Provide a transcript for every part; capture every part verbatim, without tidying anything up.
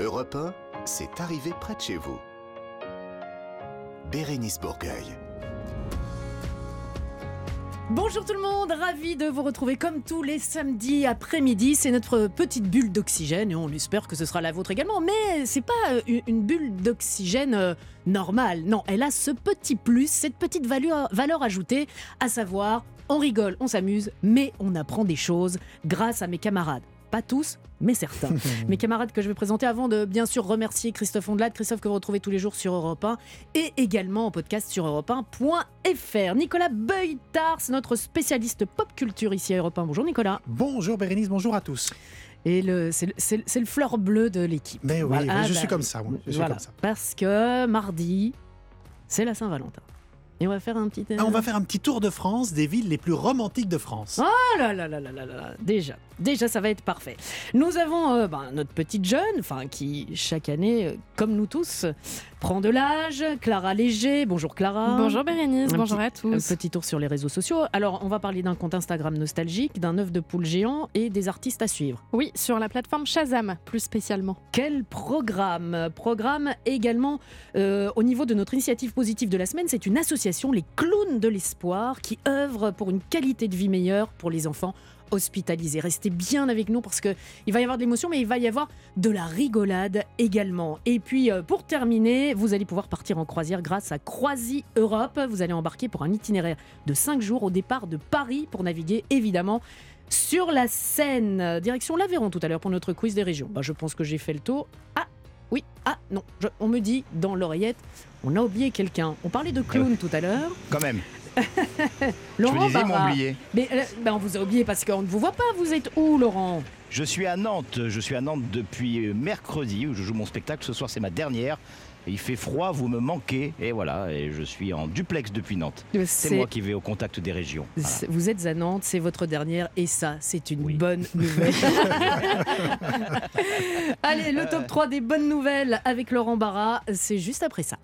Europe un, c'est arrivé près de chez vous. Bérénice Bourgueil. Bonjour tout le monde, ravi de vous retrouver comme tous les samedis après-midi. C'est notre petite bulle d'oxygène et on espère que ce sera la vôtre également. Mais c'est pas une bulle d'oxygène euh, normale. Non, elle a ce petit plus, cette petite valeur, valeur ajoutée, à savoir on rigole, on s'amuse, mais on apprend des choses grâce à mes camarades. Pas tous, mais certains. Mes camarades que je vais présenter avant de bien sûr remercier Christophe Ondelat. Christophe que vous retrouvez tous les jours sur Europe un et également en podcast sur europe un point f r. Nicolas Beutars, notre spécialiste pop culture ici à Europe un. Bonjour Nicolas. Bonjour Bérénice, bonjour à tous. Et le, c'est, le, c'est, le, c'est le fleur bleu de l'équipe. Mais oui, voilà. je bah, suis comme ça. Moi. Je suis voilà. comme ça. Parce que mardi, c'est la Saint-Valentin. Et on va faire un petit... Ah, on va faire un petit tour de France des villes les plus romantiques de France. Oh là là là là là là, déjà, déjà ça va être parfait. Nous avons euh, ben, notre petite jeune, enfin qui chaque année, euh, comme nous tous, prend de l'âge. Clara Léger, bonjour Clara. Bonjour Bérénice, Un bonjour petit, à tous. Un petit tour sur les réseaux sociaux. Alors on va parler d'un compte Instagram nostalgique, d'un œuf de poule géant et des artistes à suivre. Oui, sur la plateforme Shazam, plus spécialement. Quel programme Programme également euh, au niveau de notre initiative positive de la semaine, c'est une association, les Clowns de l'Espoir, qui œuvre pour une qualité de vie meilleure pour les enfants hospitalisés. Restez bien avec nous parce qu'il va y avoir de l'émotion, mais il va y avoir de la rigolade également. Et puis euh, pour terminer, vous allez pouvoir partir en croisière grâce à Croisi Europe. Vous allez embarquer pour un itinéraire de cinq jours au départ de Paris pour naviguer évidemment sur la Seine. Direction l'Aveyron tout à l'heure pour notre quiz des régions. Bah, je pense que j'ai fait le tour. Ah oui, ah non, je, on me dit dans l'oreillette, on a oublié quelqu'un. On parlait de clown tout à l'heure. Quand même. Laurent Je me disais, ils m'ont Barra. oublié. Mais euh, ben on vous a oublié parce qu'on ne vous voit pas. Vous êtes où, Laurent ? Je suis à Nantes. Je suis à Nantes depuis mercredi où je joue mon spectacle. Ce soir, c'est ma dernière. Il fait froid, vous me manquez. Et voilà, et je suis en duplex depuis Nantes. C'est, c'est moi qui vais au contact des régions. Voilà. Vous êtes à Nantes, c'est votre dernière. Et ça, c'est une oui. bonne nouvelle. Allez, le top trois des bonnes nouvelles avec Laurent Barra. C'est juste après ça.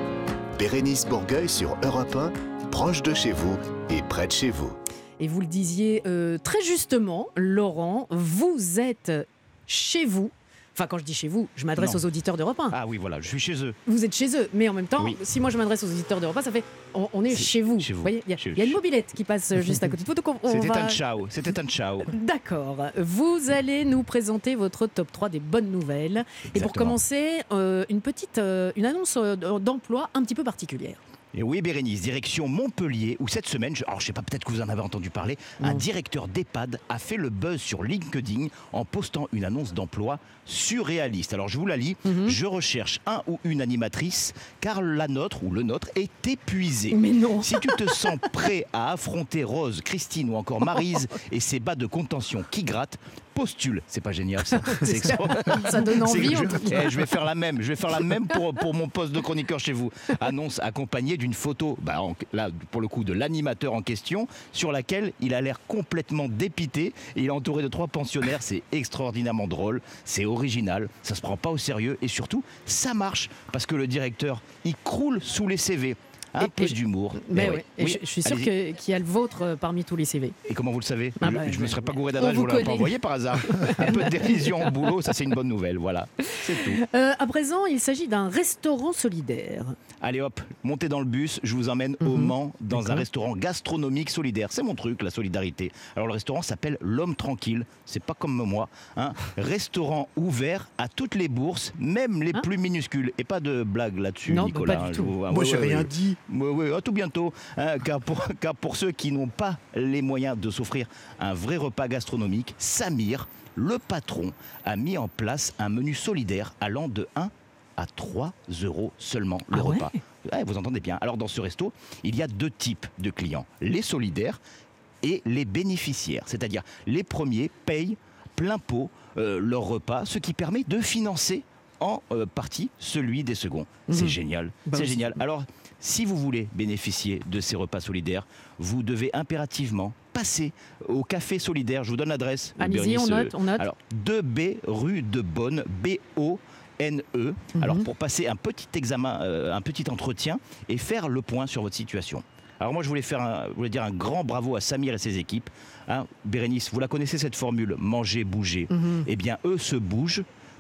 Bérénice Bourgueil sur Europe un, proche de chez vous et près de chez vous. Et vous le disiez euh, très justement, Laurent, vous êtes chez vous. Enfin, quand je dis chez vous, je m'adresse non. aux auditeurs d'Europe un. Ah oui, voilà, je suis chez eux. Vous êtes chez eux, mais en même temps, oui. si moi je m'adresse aux auditeurs d'Europe un, ça fait on, on est C'est chez vous. Chez vous. Vous voyez, il y, y a une mobilette qui passe juste à côté de vous. Donc on, on C'était va... un ciao, c'était un ciao. D'accord. Vous allez nous présenter votre top trois des bonnes nouvelles. Exactement. Et pour commencer, euh, une petite euh, une annonce d'emploi un petit peu particulière. Et oui, Bérénice, direction Montpellier, où cette semaine, je, alors je sais pas, peut-être que vous en avez entendu parler, non. Un directeur d'EHPAD a fait le buzz sur LinkedIn en postant une annonce d'emploi surréaliste. Alors je vous la lis, mm-hmm. Je recherche un ou une animatrice, car la nôtre ou le nôtre est épuisé. Mais non. Si tu te sens prêt à affronter Rose, Christine ou encore Maryse et ses bas de contention qui grattent, postule. C'est pas génial ça. C'est extra... Ça donne envie. Je, en tout cas. Eh, je vais faire la même. Je vais faire la même pour, pour mon poste de chroniqueur chez vous. Annonce accompagnée d'une photo, bah, en, là pour le coup de l'animateur en question, sur laquelle il a l'air complètement dépité et il est entouré de trois pensionnaires. C'est extraordinairement drôle, c'est original, ça se prend pas au sérieux et surtout ça marche parce que le directeur il croule sous les C V. Un peu d'humour. Mais eh oui. oui. Et oui. Je, je suis sûr que, qu'il y a le vôtre euh, parmi tous les C V. Et comment vous le savez? ah Je bah, ne me serais pas gouré on d'adresse, je vous vous l'aurais connaît. pas envoyé par hasard. Un peu de dérision au boulot, ça c'est une bonne nouvelle, voilà. C'est tout. Euh, à présent, il s'agit d'un restaurant solidaire. Allez hop, montez dans le bus, je vous emmène mm-hmm. au Mans dans D'accord. un restaurant gastronomique solidaire. C'est mon truc, la solidarité. Alors le restaurant s'appelle L'Homme Tranquille, c'est pas comme moi. Hein. Restaurant ouvert à toutes les bourses, même les hein? plus minuscules. Et pas de blague là-dessus, non, Nicolas. Non, pas du tout. Vous... Moi, ouais, j'ai ouais, rien ouais. dit. Ouais, ouais, à tout bientôt. Hein, car, pour, car pour ceux qui n'ont pas les moyens de s'offrir un vrai repas gastronomique, Samir, le patron, a mis en place un menu solidaire allant de un à trois euros seulement le ah repas. Ouais ouais, vous entendez bien. Alors dans ce resto, il y a deux types de clients. Les solidaires et les bénéficiaires. C'est-à-dire les premiers payent plein pot euh, leur repas, ce qui permet de financer en euh, partie celui des seconds. Mmh. C'est génial. Bah c'est aussi. génial. Alors, si vous voulez bénéficier de ces repas solidaires, vous devez impérativement passer au café solidaire. Je vous donne l'adresse. Allez-y, on note, on note. Alors, deux B rue de Bonne, B O N E. Mmh. Alors, pour passer un petit examen, euh, un petit entretien et faire le point sur votre situation. Alors moi, je voulais, faire un, je voulais dire un grand bravo à Samir et ses équipes. Hein, Bérénice, vous la connaissez cette formule, manger, bouger. Mmh. Eh bien, eux se bougent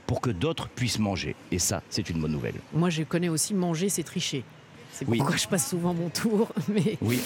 pour que d'autres puissent manger. Et ça, c'est une bonne nouvelle. Moi, je connais aussi manger, c'est tricher. C'est Oui. pourquoi je passe souvent mon tour. Mais... Oui.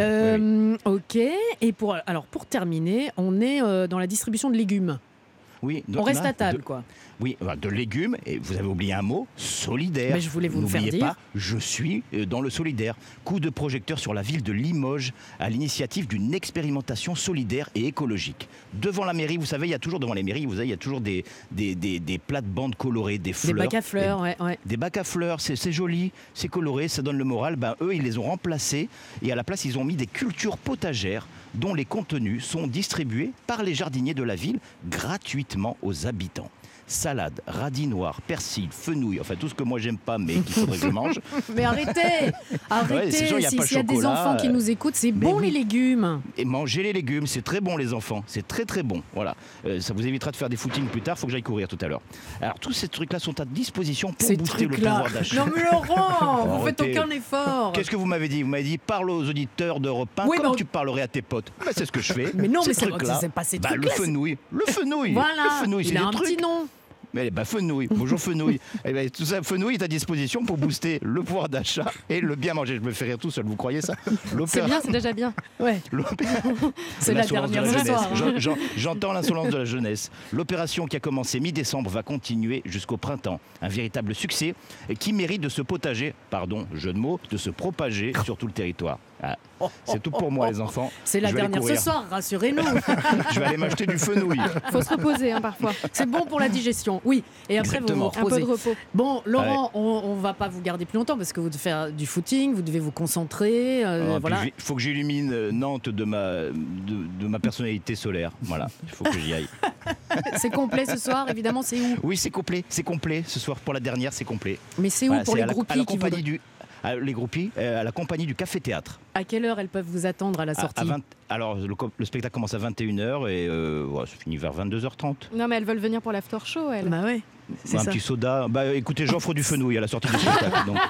Euh, Ok. Et pour, alors, pour terminer, on est euh, dans la distribution de légumes. Oui, On reste là, à table, de- quoi. Oui, enfin, de légumes, et vous avez oublié un mot, solidaire. Mais je voulais vous le faire N'oubliez dire. pas, je suis euh, dans le solidaire. Coup de projecteur sur la ville de Limoges, à l'initiative d'une expérimentation solidaire et écologique. Devant la mairie, vous savez, il y a toujours, devant les mairies, vous savez, il y a toujours des, des, des, des plates-bandes colorées, des fleurs. Des bacs à fleurs, ouais, ouais. Des bacs à fleurs, c'est c'est joli, c'est coloré, ça donne le moral. Ben, eux, ils les ont remplacés et à la place, ils ont mis des cultures potagères dont les contenus sont distribués par les jardiniers de la ville gratuitement aux habitants. Salade, radis noir, persil, fenouil, enfin tout ce que moi j'aime pas mais qu'il faudrait que je mange. Mais arrêtez Arrêtez c'est sûr, il y a Si- pas S'il y a des chocolat, enfants qui euh, nous écoutent, c'est mais bon oui. les légumes. Et manger les légumes, c'est très bon les enfants, c'est très très bon. Voilà, Euh, ça vous évitera de faire des footings plus tard, faut que j'aille courir tout à l'heure. Alors tous ces trucs-là sont à disposition pour Ces booster le trucs-là. pouvoir d'achat. Non mais Laurent, vous faites Arrêtez. aucun effort. Qu'est-ce que vous m'avez dit Vous m'avez dit parle aux auditeurs d'Europe un Oui, comme mais on- tu parlerais à tes potes. Ben, c'est ce que je fais. Mais non, mais Ces c'est trucs-là, c'est pas ces bah, le trucs-là. c'est- fenouil, le fenouil, Voilà, le fenouil, c'est il a des un trucs. petit nom. Mais bah, fenouil, bonjour fenouil. Eh ben, tout ça, fenouil est à disposition pour booster le pouvoir d'achat et le bien manger. Je me fais rire tout seul, vous croyez ça C'est L'opéra- bien, c'est déjà bien. Ouais, l'opé- c'est la L'insolence de dernière la ce jeunesse. soir. hein. J'en- j'en- J'entends l'insolence de la jeunesse. L'opération qui a commencé mi-décembre va continuer jusqu'au printemps. Un véritable succès et qui mérite de se potager, pardon, jeu de mots, de se propager sur tout le territoire. Ah, c'est tout pour moi les enfants. C'est la Je vais aller dernière ce courir. soir, rassurez-nous. Je vais aller m'acheter du fenouil. Faut se reposer hein, parfois. C'est bon pour la digestion. Oui, et après Exactement. vous Un vous peu de reposez. repos. Bon, Laurent, on, on va pas vous garder plus longtemps parce que vous devez faire du footing, vous devez vous concentrer. euh, Ah, voilà. puis Il faut que j'illumine euh, Nantes de ma, de, de ma personnalité solaire. Voilà, il faut que j'y aille. C'est complet ce soir, évidemment, c'est où Oui, c'est complet, c'est complet. Ce soir, pour la dernière, c'est complet. Mais c'est où Voilà, pour c'est les à la- à groupies la qui compagnie voudraient- du, à les groupies, euh, à la compagnie du Café Théâtre. À quelle heure elles peuvent vous attendre à la À- sortie à vingt alors, le, co- le spectacle commence à vingt et une heures et euh, ouais, ça finit vers vingt-deux heures trente. Non, mais elles veulent venir pour l'after show, elles. Bah ouais, c'est Un ça. petit soda. Bah, écoutez, j'offre du fenouil à la sortie du spectacle. Donc,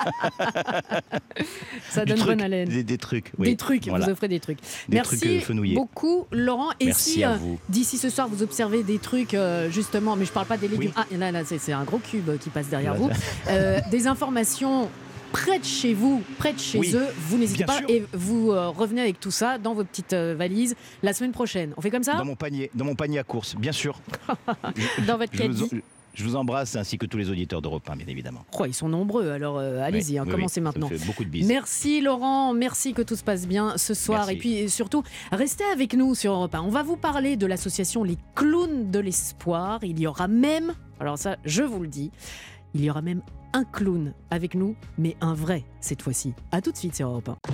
Ça du donne truc, bonne haleine. Des, des trucs. oui. Des trucs, Voilà. vous offrez des trucs. Des Merci trucs, euh, fenouillés. beaucoup, Laurent. Et Merci si à euh, vous. d'ici ce soir vous observez des trucs, euh, justement, mais je parle pas des légumes. Oui. Ah, là, là, c'est c'est un gros cube qui passe derrière Là, vous. Euh, des informations près de chez vous, près de chez Oui, eux, vous n'hésitez bien pas sûr. et vous euh, revenez avec tout ça dans vos petites euh, valises la semaine prochaine. On fait comme ça Dans mon panier, dans mon panier à course, bien sûr. Dans votre Je vous, caddie. je vous embrasse ainsi que tous les auditeurs d'Europe un, bien évidemment. Oh, ils sont nombreux, alors euh, allez-y, Oui, hein, oui, commencez oui, maintenant. Ça me fait beaucoup de bises. Merci Laurent, merci que tout se passe bien ce soir. Merci. Et puis surtout, restez avec nous sur Europe un. On va vous parler de l'association Les Clowns de l'Espoir. Il y aura même, alors ça je vous le dis, il y aura même un clown avec nous, mais un vrai cette fois-ci. A tout de suite sur Europe un.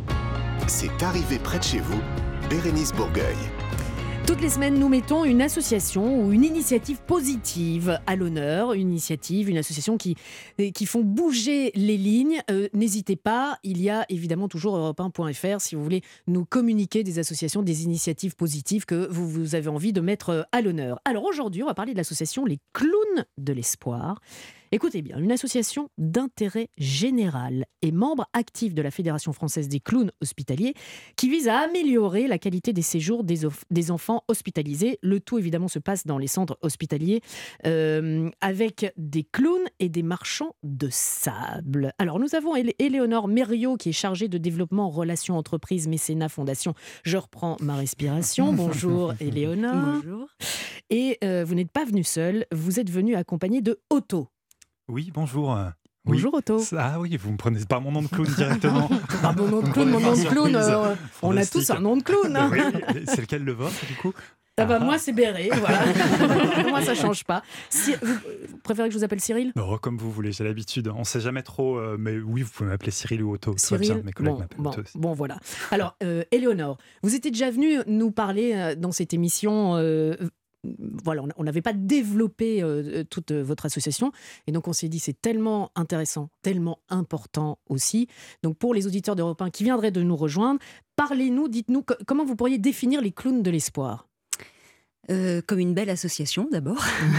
C'est arrivé près de chez vous, Bérénice Bourgueil. Toutes les semaines, nous mettons une association ou une initiative positive à l'honneur, une initiative, une association qui, qui font bouger les lignes. Euh, n'hésitez pas, il y a évidemment toujours europe un point f r si vous voulez nous communiquer des associations, des initiatives positives que vous, vous avez envie de mettre à l'honneur. Alors aujourd'hui, on va parler de l'association Les Clowns de l'Espoir. Écoutez bien, une association d'intérêt général et membre actif de la Fédération française des clowns hospitaliers qui vise à améliorer la qualité des séjours des, of- des enfants hospitalisés. Le tout, évidemment, se passe dans les centres hospitaliers euh, avec des clowns et des marchands de sable. Alors, nous avons Élé- Éléonore Mériot qui est chargée de développement, relations entreprises, mécénat, fondation. Je reprends ma respiration. Bonjour Éléonore. Bonjour. Et euh, vous n'êtes pas venue seule, vous êtes venue accompagnée de Otto. Oui, bonjour. euh, Bonjour Otto. Oui. Ah oui, vous me prenez par mon nom de clown directement. Ah, mon nom de clown, mon nom de clown, euh, on a tous un nom de clown. Hein. Oui, c'est lequel le vôtre du coup? Ah bah moi c'est Béré, voilà. Moi ça change pas. Si, vous, vous préférez que je vous appelle Cyril? Non, comme vous voulez, j'ai l'habitude. On ne sait jamais trop, euh, mais oui, vous pouvez m'appeler Cyril ou Otto. Tout va bien, Cyril, mes collègues bon, m'appellent bon, Otto aussi. bon voilà. Alors euh, Éléonore, vous étiez déjà venue nous parler euh, dans cette émission. Euh, Voilà, on- on n'avait pas développé euh, toute euh, votre association et donc on s'est dit c'est tellement intéressant, tellement important aussi. Donc pour les auditeurs d'Europe un qui viendraient de nous rejoindre, parlez-nous, dites-nous co- comment vous pourriez définir les clowns de l'espoir. Euh, comme une belle association d'abord.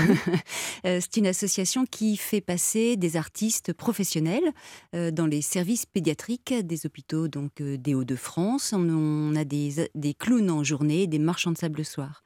Euh, c'est une association qui fait passer des artistes professionnels euh, dans les services pédiatriques des hôpitaux donc euh, des Hauts-de-France. On, on a des, des clowns en journée, des marchands de sable le soir.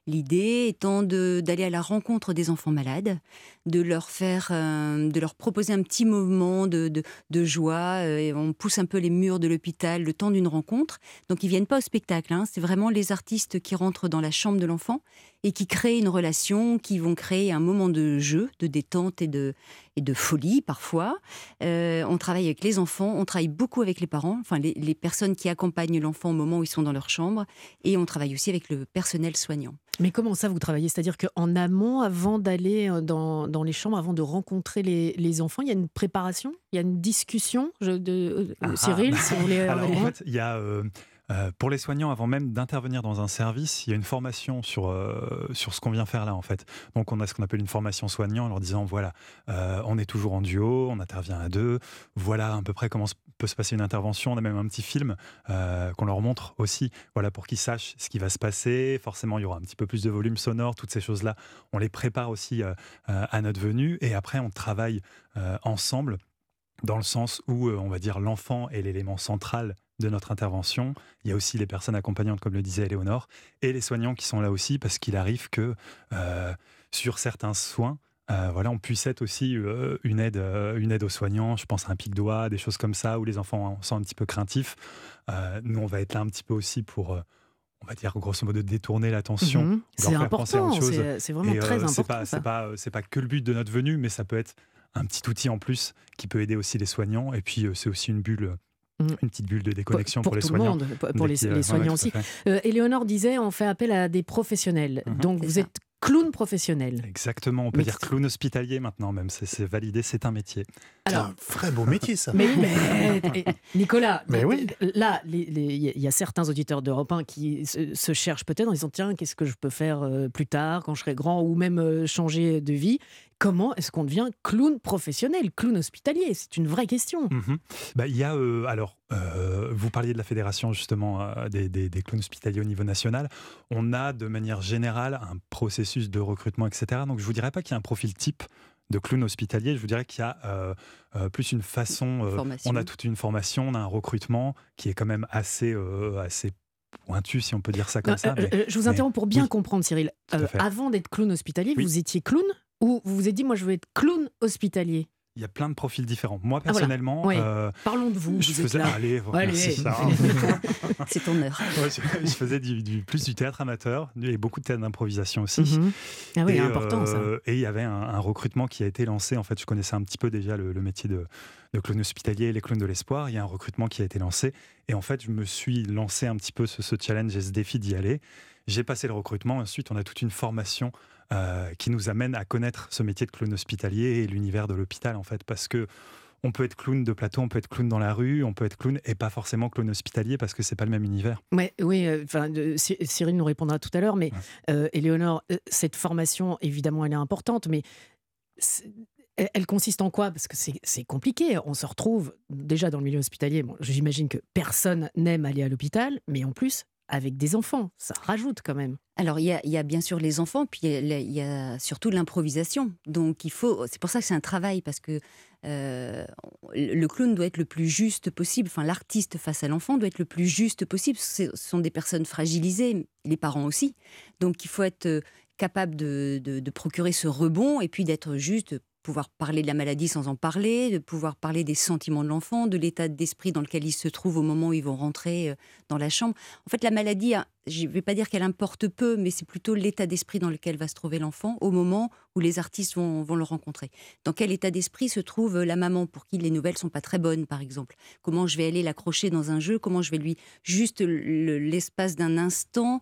L'idée étant de, d'aller à la rencontre des enfants malades, de leur faire, euh, de leur proposer un petit moment de, de, de joie. Euh, et on pousse un peu les murs de l'hôpital le temps d'une rencontre. Donc ils viennent pas au spectacle, hein, c'est vraiment les artistes qui rentrent dans la chambre de l'enfant et qui créent une relation, qui vont créer un moment de jeu, de détente et de, et de folie parfois. Euh, on travaille avec les enfants, on travaille beaucoup avec les parents, enfin les, les personnes qui accompagnent l'enfant au moment où ils sont dans leur chambre, et on travaille aussi avec le personnel soignant. Mais comment ça vous travaillez? C'est-à-dire qu'en amont, avant d'aller dans, dans les chambres, avant de rencontrer les, les enfants, il y a une préparation, il y a une discussion je, de, euh, Ah, Cyril, ah, si vous voulez Alors en répondre. fait, il y a euh, euh, pour les soignants, avant même d'intervenir dans un service, il y a une formation sur euh, sur ce qu'on vient faire là en fait. Donc on a ce qu'on appelle une formation soignant, en leur disant voilà, euh, on est toujours en duo, on intervient à deux, voilà à peu près comment peut se passer une intervention. On a même un petit film euh, qu'on leur montre aussi, voilà pour qu'ils sachent ce qui va se passer. Forcément, il y aura un petit peu plus de volume sonore, toutes ces choses là. On les prépare aussi euh, à notre venue, et après on travaille euh, ensemble. Dans le sens où, euh, on va dire, l'enfant est l'élément central de notre intervention. Il y a aussi les personnes accompagnantes, comme le disait Éléonore, et les soignants qui sont là aussi, parce qu'il arrive que euh, sur certains soins, euh, voilà, on puisse être aussi euh, une, aide, euh, une aide aux soignants. Je pense à un pic-doigt, des choses comme ça, où les enfants sont un petit peu craintifs. Euh, nous, on va être là un petit peu aussi pour... Euh, on va dire grosso modo détourner l'attention, Mhm. leur C'est faire penser à important, autre chose. c'est, c'est vraiment Et, euh, très c'est important. pas, ça. c'est pas, c'est pas que le but de notre venue, mais ça peut être un petit outil en plus qui peut aider aussi les soignants. Et puis, euh, c'est aussi une bulle, Mm. une petite bulle de déconnexion pour, pour les tout soignants. le monde, pour, pour Dès les, qu'il- les ouais, soignants ouais, tout aussi. à fait. Euh, Éléonore disait, on fait appel à des professionnels. Mhm. Donc C'est vous ça. êtes clown professionnel. Exactement, on peut Mais dire c'est- clown hospitalier maintenant même, c'est, c'est validé, c'est un métier. C'est Alors, un vrai beau métier, ça. Mais, mais- et- Nicolas, Mais oui. là, les- les- il y a- il y a certains auditeurs d'Europe un qui se, se cherchent peut-être en disant tiens, qu'est-ce que je peux faire euh, plus tard, quand je serai grand, ou même euh, changer de vie. Comment est-ce qu'on devient clown professionnel, clown hospitalier? C'est une vraie question. Mhm. Bah, il y a, euh, alors, euh, vous parliez de la fédération justement euh, des, des, des clowns hospitaliers au niveau national. On a de manière générale un processus de recrutement, et cetera. Donc je vous dirais pas qu'il y a un profil type de clown hospitalier, je vous dirais qu'il y a euh, euh, plus une façon, euh, Formation. on a toute une formation, on a un recrutement qui est quand même assez, euh, assez pointu, si on peut dire ça comme Euh, ça. euh, mais- euh, je vous mais- interromps pour bien oui. comprendre, Cyril. Tout à Euh, fait. avant d'être clown hospitalier, Oui. vous étiez clown ou vous vous êtes dit moi je veux être clown hospitalier? Il y a plein de profils différents. Moi, Ah, voilà. personnellement, Oui. euh, Parlons de vous. je vous êtes faisais... là. Allez, Allez. merci, ça. C'est ton heure. Ouais, je, je faisais du, du- plus du théâtre amateur et beaucoup de théâtre d'improvisation aussi. Mhm. Ah oui, et, important ça. euh, et il y avait un, un recrutement qui a été lancé. En fait, je connaissais un petit peu déjà le, le métier de, de clown hospitalier, les clowns de l'espoir. Il y a un recrutement qui a été lancé. Et en fait, je me suis lancé un petit peu ce, ce challenge et ce défi d'y aller. J'ai passé le recrutement. Ensuite, on a toute une formation euh, qui nous amène à connaître ce métier de clown hospitalier et l'univers de l'hôpital, en fait, parce que on peut être clown de plateau, on peut être clown dans la rue, on peut être clown et pas forcément clown hospitalier parce que c'est pas le même univers. Ouais, oui, euh, enfin, de- Cy- Cyril nous répondra tout à l'heure, mais euh, Éléonore, euh, cette formation, évidemment, elle est importante, mais c'est- elle, elle consiste en quoi? Parce que c'est c'est compliqué. On se retrouve déjà dans le milieu hospitalier. Bon, j'imagine que personne n'aime aller à l'hôpital, mais en plus, avec des enfants, ça rajoute quand même. Alors, il y, a, il y a bien sûr les enfants, puis il y a, la- il y a surtout l'improvisation. Donc, il faut. C'est pour ça que c'est un travail, parce que euh, le clown doit être le plus juste possible. Enfin, l'artiste face à l'enfant doit être le plus juste possible. Ce sont des personnes fragilisées, les parents aussi. Donc, il faut être euh, capable de, de- de procurer ce rebond et puis d'être juste, de pouvoir parler de la maladie sans en parler, de pouvoir parler des sentiments de l'enfant, de l'état d'esprit dans lequel il se trouve au moment où ils vont rentrer euh, dans la chambre. En fait, la maladie, hein, je ne vais pas dire qu'elle importe peu, mais c'est plutôt l'état d'esprit dans lequel va se trouver l'enfant au moment où les artistes vont, vont le rencontrer. Dans quel état d'esprit se trouve la maman pour qui les nouvelles ne sont pas très bonnes, par exemple? Comment je vais aller l'accrocher dans un jeu? Comment je vais lui, juste le- l'espace d'un instant,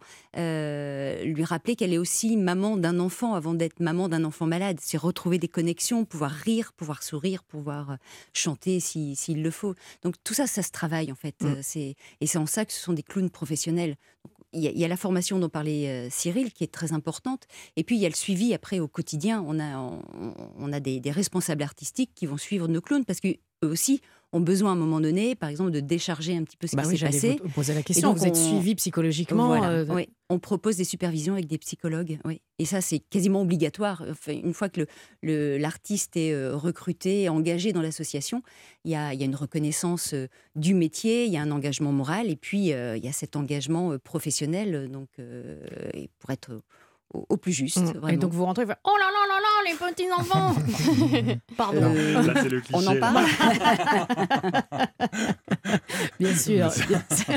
euh, lui rappeler qu'elle est aussi maman d'un enfant avant d'être maman d'un enfant malade? C'est retrouver des connexions, pouvoir rire, pouvoir sourire, pouvoir euh, chanter si- s'il le faut. Donc tout ça, ça se travaille en fait. Mm. Euh, c'est, et c'est en ça que ce sont des clowns professionnels. Donc, il y, a, il y a la formation dont parlait euh, Cyril, qui est très importante. Et puis, il y a le suivi après au quotidien. On a, on, on a des, des responsables artistiques qui vont suivre nos clowns parce qu'eux aussi ont besoin à un moment donné, par exemple, de décharger un petit peu ce Bah qui oui, s'est j'allais passé. vous poser la question. donc, Vous êtes on- suivi psychologiquement Voilà, euh, oui. On propose des supervisions avec des psychologues. Oui. Et ça, c'est quasiment obligatoire. Enfin, une fois que le, le- l'artiste est euh, recruté, engagé dans l'association, il y a, il y a une reconnaissance euh, du métier, il y a un engagement moral, et puis euh, il y a cet engagement euh, professionnel. Donc, euh, et pour être au, au plus juste. Mmh. Vraiment. Et donc vous rentrez et vous faites oh là là là là, les petits enfants. Pardon. Euh, Là, c'est le cliché. on en là. parle. Bien sûr. bien sûr.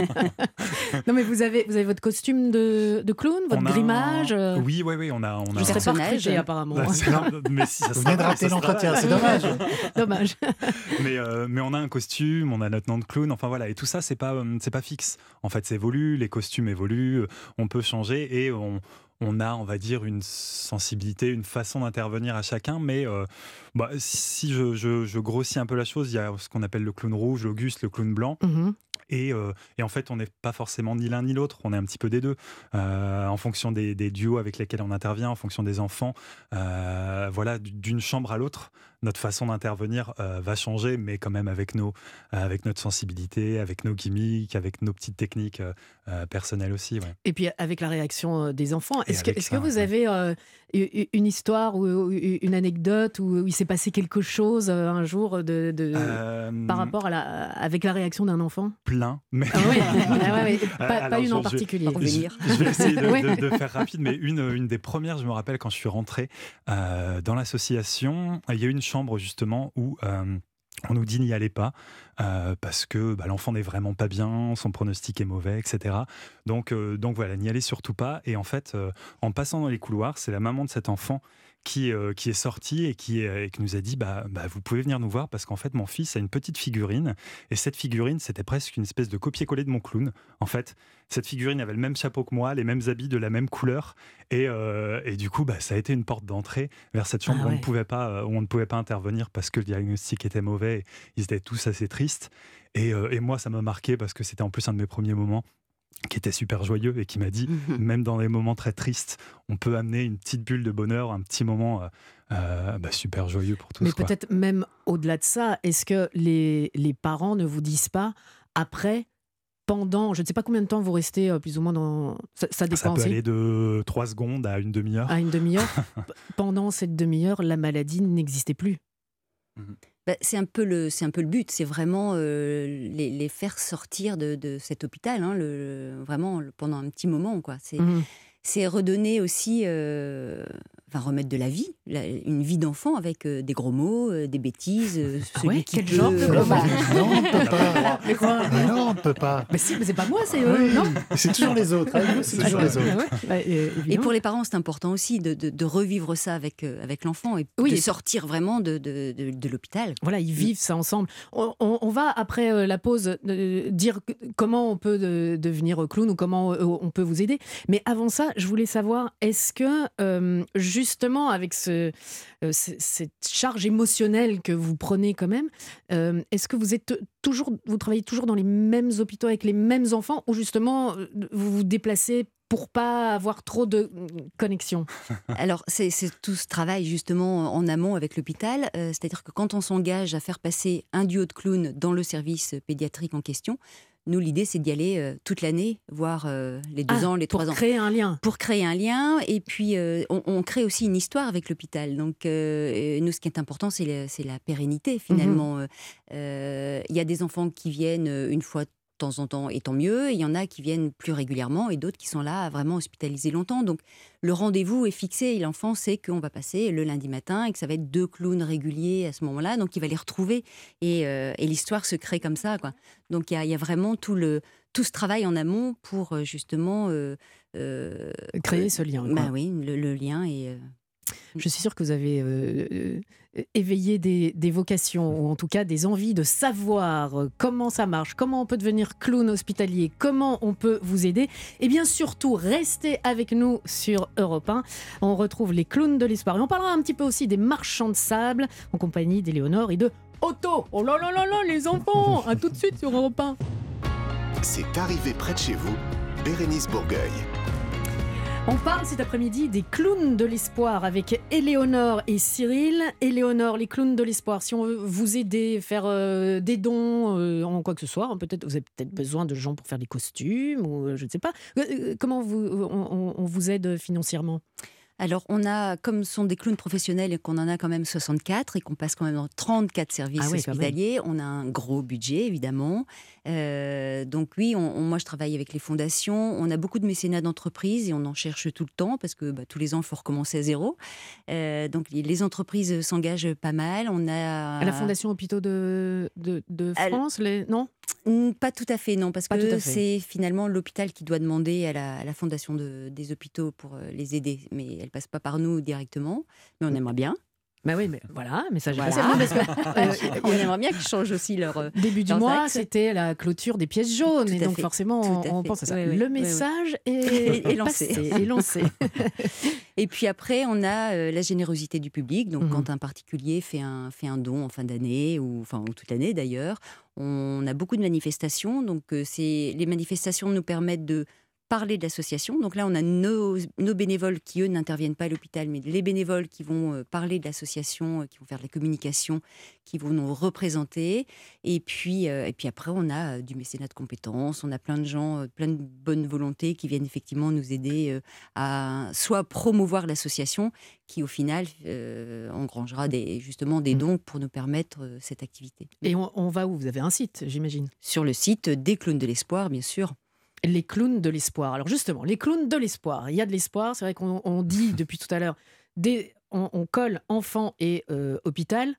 Non mais vous avez, vous avez votre costume de, de clown, votre On a un- grimage. euh, Oui, oui, oui, on a. On a Je serais pas personnage. recrutée apparemment. Bah, c'est- mais si, ça Vous se venez de travaille, rater ça se l'entretien, travaille. c'est dommage. Dommage. mais, euh, mais on a un costume, on a notre nom de clown, enfin voilà, et tout ça, c'est pas, euh, c'est pas fixe. En fait, ça évolue, les costumes évoluent, euh, on peut changer et on, on a, on va dire, une sensibilité, une façon d'intervenir à chacun, mais euh, bah, si je, je, je grossis un peu la chose, il y a ce qu'on appelle le clown rouge, l'Auguste, le clown blanc. Mhm. Et, euh, et en fait, on n'est pas forcément ni l'un ni l'autre, on est un petit peu des deux, euh, en fonction des, des duos avec lesquels on intervient, en fonction des enfants. Euh, voilà, d'une chambre à l'autre, notre façon d'intervenir euh, va changer, mais quand même avec, nos, avec notre sensibilité, avec nos gimmicks, avec nos petites techniques euh, euh, personnelles aussi. Ouais. Et puis avec la réaction euh, des enfants, Et est-ce que, avec est-ce ça, que vous ouais. avez euh, u- une histoire ou ou une anecdote où il s'est passé quelque chose euh, un jour de, de- Euh, par rapport à la, avec la réaction d'un enfant? Plein, mais Ah oui, ah ouais, ouais. Pas, Alors, pas une en je- je- particulier. je- revenir. Je, je vais essayer de, Ouais. de- de faire rapide, mais une, une des premières, je me rappelle quand je suis rentré euh, dans l'association, il y a eu une chambre justement où euh, on nous dit n'y allez pas euh, parce que bah, l'enfant n'est vraiment pas bien, son pronostic est mauvais, et cetera. Donc, euh, donc voilà, n'y allez surtout pas. Et en fait, euh, en passant dans les couloirs, c'est la maman de cet enfant qui, euh, qui est sortie et qui, est- et qui nous a dit bah, bah, vous pouvez venir nous voir parce qu'en fait mon fils a une petite figurine et cette figurine c'était presque une espèce de copier-coller de mon clown en fait. Cette figurine avait le même chapeau que moi, les mêmes habits de la même couleur et, euh, et du coup bah, ça a été une porte d'entrée vers cette chambre Ah où, on ouais. ne pouvait pas, euh, où on ne pouvait pas intervenir parce que le diagnostic était mauvais et ils étaient tous assez tristes et, euh, et moi ça m'a marqué parce que c'était en plus un de mes premiers moments qui était super joyeux et qui m'a dit Mhm. même dans des moments très tristes, on peut amener une petite bulle de bonheur, un petit moment euh, euh, bah, super joyeux pour tous. Mais quoi. peut-être même au-delà de ça, est-ce que les, les parents ne vous disent pas après, pendant, je ne sais pas combien de temps vous restez euh, plus ou moins dans... Ça, ça Ça dépend peut aussi. aller de trois secondes à une demi-heure. À une demi-heure. P- Pendant cette demi-heure, la maladie n'existait plus. Bah, c'est un peu le, c'est un peu le but, c'est vraiment euh, les, les faire sortir de, de cet hôpital, hein, le, vraiment le- pendant un petit moment, quoi. C'est, Mhm. c'est redonner aussi, euh, enfin remettre de la vie, la- une vie d'enfant avec euh, des gros mots, euh, des bêtises. euh, Ah celui ouais, qui quel peut, genre de euh, gros bah, mots Non, on ne peut pas. Mais quoi Mais non, on ne peut pas. Mais si, mais c'est pas moi, c'est eux, Oui, non c'est toujours les autres. Avec vous, c'est C'est toujours ça. les autres. Ah ouais, bah, euh, Et évidemment. pour les parents, c'est important aussi de, de- de revivre ça avec, euh, avec l'enfant et Oui, de et- sortir vraiment de, de, de- de l'hôpital. Voilà, ils vivent ça ensemble. On, on- on va, après euh, la pause, euh, dire que- comment on peut de- devenir clown ou comment euh, on peut vous aider. Mais avant ça, je voulais savoir, est-ce que, euh, justement, avec ce, euh, ce- cette charge émotionnelle que vous prenez quand même, euh, est-ce que vous, êtes toujours, vous travaillez toujours dans les mêmes hôpitaux avec les mêmes enfants ou justement, euh, vous vous déplacez pour pas avoir trop de euh, connexion? Alors, c'est c'est tout ce travail justement en amont avec l'hôpital. Euh, C'est-à-dire que quand on s'engage à faire passer un duo de clowns dans le service pédiatrique en question, nous, l'idée, c'est d'y aller euh, toute l'année, voire euh, les deux Ah, ans, les pour trois ans. créer un lien. Pour créer un lien, et puis euh, on, on crée aussi une histoire avec l'hôpital. Donc, euh, et nous, ce qui est important, c'est la, c'est la pérennité, finalement. Euh, Il y a des enfants qui viennent euh, une fois de temps en temps, et tant mieux. Il y en a qui viennent plus régulièrement, et d'autres qui sont là, vraiment hospitalisés longtemps. Donc, le rendez-vous est fixé, et l'enfant sait qu'on va passer le lundi matin, et que ça va être deux clowns réguliers à ce moment-là. Donc, il va les retrouver, et, euh, et l'histoire se crée comme ça, quoi. Donc, il y a, il y a vraiment tout le... tout ce travail en amont pour euh, justement euh, euh, Créer ce lien, quoi. Bah oui, le, le lien et euh, Je suis sûre que vous avez euh, euh, éveillé des, des vocations, ou en tout cas des envies de savoir euh, comment ça marche, comment on peut devenir clown hospitalier, comment on peut vous aider. Et bien surtout, restez avec nous sur Europe un. On retrouve les clowns de l'espoir. Et on parlera un petit peu aussi des marchands de sable, en compagnie d'Éléonore et de Otto. Oh là là là là, les enfants. À tout de suite sur Europe un. C'est arrivé près de chez vous, Bérénice Bourgueil. On parle cet après-midi des clowns de l'espoir avec Éléonore et Cyril. Éléonore, les clowns de l'espoir, si on veut vous aider, faire euh, des dons euh, en quoi que ce soit, hein, peut-être vous avez peut-être besoin de gens pour faire des costumes ou euh, je ne sais pas. Euh, euh, comment vous, on, on- on vous aide financièrement? Alors, on a, comme ce sont des clowns professionnels et qu'on en a quand même soixante-quatre et qu'on passe quand même dans trente-quatre services Ah oui, quand hospitaliers, on a un gros budget, évidemment. Euh, donc oui, on, on- moi je travaille avec les fondations. On a beaucoup de mécénat d'entreprises et on en cherche tout le temps parce que bah, tous les ans, il faut recommencer à zéro. Euh, donc les, les entreprises s'engagent pas mal. On a À la Fondation Hôpitaux de, de, de Elle- France, les... non Mm, Pas tout à fait, non, parce Pas tout que à fait. c'est finalement l'hôpital qui doit demander à la, à la fondation de- des hôpitaux pour euh, les aider. Mais elle passe pas par nous directement, mais on aimerait bien. Bah oui, mais voilà, message est Voilà. passé. Non, parce que, euh, on aimerait bien qu'ils changent aussi leur... euh, début du Leurs mois, actes. c'était la clôture des pièces jaunes. Tout Et à donc fait. forcément, Tout à on, on fait. pense à ça. Oui, oui, Le oui, oui. message est, Est lancé. passé, est lancé. Et puis après, on a euh, la générosité du public. Donc, Mhm. quand un particulier fait un, fait un don en fin d'année, ou, enfin, ou toute l'année d'ailleurs, on a beaucoup de manifestations. Donc, euh, c'est, les manifestations nous permettent de parler de l'association. Donc là, on a nos, nos bénévoles qui, eux, n'interviennent pas à l'hôpital, mais les bénévoles qui vont euh, parler de l'association, euh, qui vont faire de la communication, qui vont nous représenter. Et puis, euh, et puis après, on a euh, du mécénat de compétences. On a plein de gens, euh, plein de bonnes volontés qui viennent effectivement nous aider euh, à soit promouvoir l'association, qui au final euh, engrangera des, justement des Mm. dons pour nous permettre euh, cette activité. Et on, on va où? Vous avez un site, j'imagine. Sur le site des Clowns de l'Espoir, bien sûr. Les clowns de l'espoir. Alors justement, les clowns de l'espoir. Il y a de l'espoir. C'est vrai qu'on on dit depuis tout à l'heure, des- on, on colle enfant et euh, hôpital.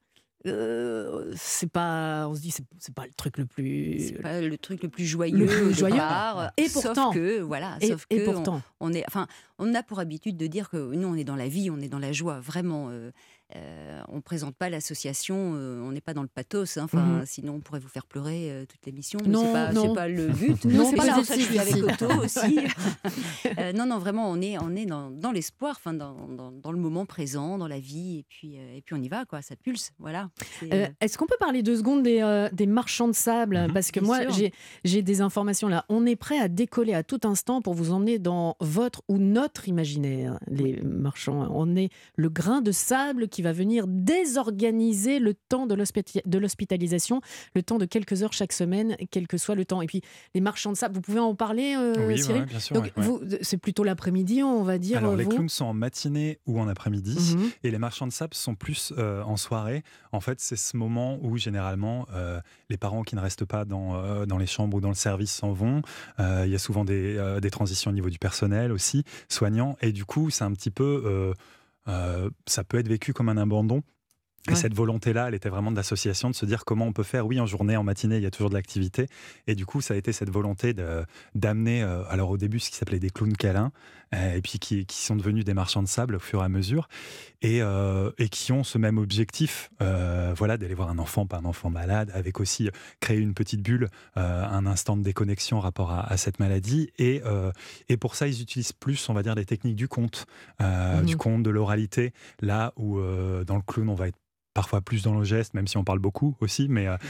Euh, c'est pas, on se dit, c'est, c'est pas le truc le plus. C'est pas le truc le plus joyeux, Le plus au joyeux. départ, Et sauf pourtant. que voilà, Et, sauf et que pourtant, on, on est, enfin, on a pour habitude de dire que nous on est dans la vie, on est dans la joie, vraiment. Euh, euh, on présente pas l'association, euh, on n'est pas dans le pathos, hein, enfin, Mhm. sinon on pourrait vous faire pleurer euh, toute l'émission. Non, mais c'est pas, non. c'est pas le but. Non, c'est pas pas là, pour ça que je suis positif avec ici. Otto aussi. Euh, non, non, vraiment, on est, on est dans, dans l'espoir, enfin, dans, dans, dans le moment présent, dans la vie, et puis, euh, et puis on y va, quoi. Ça pulse, voilà. C'est, Euh, euh, est-ce qu'on peut parler deux secondes des, euh, des marchands de sable? Mhm. Parce que Bien moi, sûr. j'ai, j'ai des informations là. On est prêt à décoller à tout instant pour vous emmener dans votre ou notre imaginaire, les marchands. On est le grain de sable qui va venir désorganiser le temps de, l'hospiti- de l'hospitalisation, le temps de quelques heures chaque semaine, quel que soit le temps. Et puis, les marchands de sable, vous pouvez en parler, euh, Oui, Cyril? ouais, bien sûr. Donc, ouais, ouais. vous, c'est plutôt l'après-midi, on va dire, Alors, les vous clowns sont en matinée ou en après-midi. Mhm. Et les marchands de sable sont plus euh, en soirée. En fait, c'est ce moment où généralement euh, les parents qui ne restent pas dans, euh, dans les chambres ou dans le service s'en vont. Euh, Il y a souvent des, euh, des transitions au niveau du personnel aussi, soignant. Et du coup, c'est un petit peu, euh, euh, ça peut être vécu comme un abandon. Et Ouais. cette volonté-là, elle était vraiment de l'association, de se dire comment on peut faire. Oui, en journée, en matinée, il y a toujours de l'activité. Et du coup, ça a été cette volonté de, d'amener, euh, alors au début, ce qui s'appelait des clowns câlins, euh, et puis qui, qui sont devenus des marchands de sable au fur et à mesure, et, euh, et qui ont ce même objectif, euh, voilà, d'aller voir un enfant, pas un enfant malade, avec aussi euh, créer une petite bulle, euh, un instant de déconnexion rapport à, à cette maladie. Et, euh, et pour ça, ils utilisent plus, on va dire, les techniques du conte, euh, Mhm. du conte, de l'oralité, là où euh, dans le clown, on va être parfois plus dans le geste, même si on parle beaucoup aussi. Mais euh,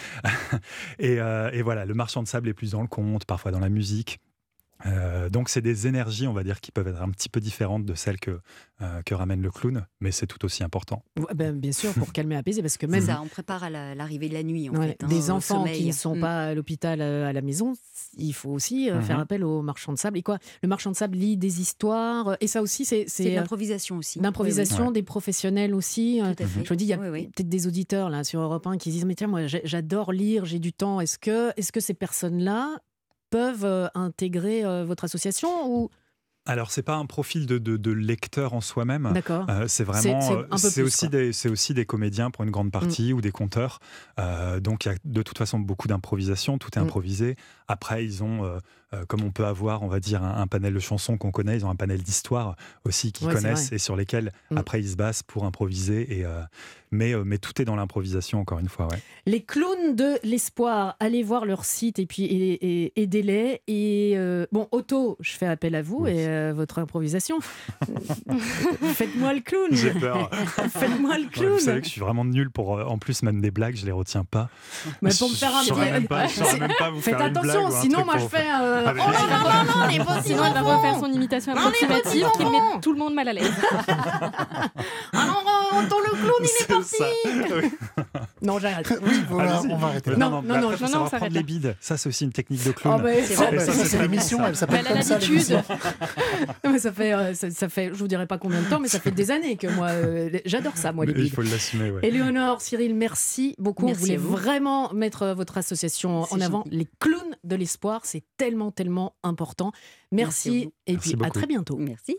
et, euh, et voilà, le marchand de sable est plus dans le conte, parfois dans la musique. Euh, donc c'est des énergies, on va dire, qui peuvent être un petit peu différentes de celles que, euh, que ramène le clown, mais c'est tout aussi important. Ouais, ben, bien sûr, pour calmer, apaiser, parce que c'est même ça, on prépare à la- l'arrivée de la nuit, en Ouais, fait. hein, des au enfants sommeil. qui ne sont Mm. pas à l'hôpital, euh, à la maison, il faut aussi euh, Mhm. faire appel aux marchands de sable. Et quoi, le marchand de sable lit des histoires, euh, et ça aussi, c'est, C'est c'est de euh, l'improvisation aussi. l'improvisation Ouais. des professionnels aussi. euh. Oui, oui. Tout à fait. Je me dis, il y a Oui, oui. peut-être des auditeurs là sur Europe un qui se disent, mais tiens, moi, j'ai- j'adore lire, j'ai du temps. Est-ce que, est-ce que ces personnes-là peuvent euh, intégrer euh, votre association ou... Alors c'est pas un profil de, de, de lecteur en soi-même. D'accord. Euh, c'est vraiment, C'est- c'est euh, un peu c'est plus, aussi quoi. des, c'est aussi des comédiens pour une grande partie ou des conteurs. Euh, donc il y a de toute façon beaucoup d'improvisation, tout est Mm. improvisé. Après ils ont, euh, euh, comme on peut avoir, on va dire un, un panel de chansons qu'on connaît, ils ont un panel d'histoires aussi qu'ils Ouais, c'est connaissent vrai. et sur lesquels Mm. après ils se basent pour improviser. Et euh, mais euh, mais tout est dans l'improvisation encore une fois. Ouais. Les clowns de l'espoir, allez voir leur site et puis et, et- aidez-les. Et euh, bon, Otto, je fais appel à vous Oui. et euh, votre improvisation. Faites-moi le clown. J'ai peur. Faites-moi le Ouais, clown. vous savez que je suis vraiment nul pour. euh, en plus même des blagues, je les retiens pas. Mais pour me faire un Je saurais petit- même pas, je saurais même pas vous Faites faire une attention, blague ou un sinon truc moi je pour- fais. euh, Ah, mais- Oh là là là là, les petits Sinon, elle va enfants. refaire son imitation Non, les approximative petits qui enfants. met tout le monde mal à l'aise. Alors, euh, Otto le clown, il est C'est parti. ça. Oui. Non, j'arrête. Oui, voilà, Allez-y. on va arrêter là. Non, non, non, mais non, après, faut non, non, savoir on s'arrête prendre là. les bides. Ça, c'est aussi une technique de clown. Oh, mais C'est ça, vrai. Bah, ça, ça, c'est c'est l'émission, ça. elle s'appelle Elle a comme ça, l'habitude. l'émission. Non, mais ça fait, euh, ça, ça fait, je vous dirai pas combien de temps, mais ça fait des années que moi, euh, j'adore ça, moi, les Il bides. faut l'assumer, ouais. Éléonore, Cyril, merci beaucoup. Merci on voulait à vous. vraiment mettre euh, votre association C'est en avant. gentil. Les clowns de l'espoir, c'est tellement, tellement important. Merci, Merci à vous. et Merci puis à beaucoup. très bientôt. Merci.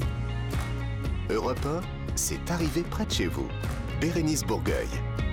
Europe un, c'est arrivé près de chez vous. Bérénice Bourgueil.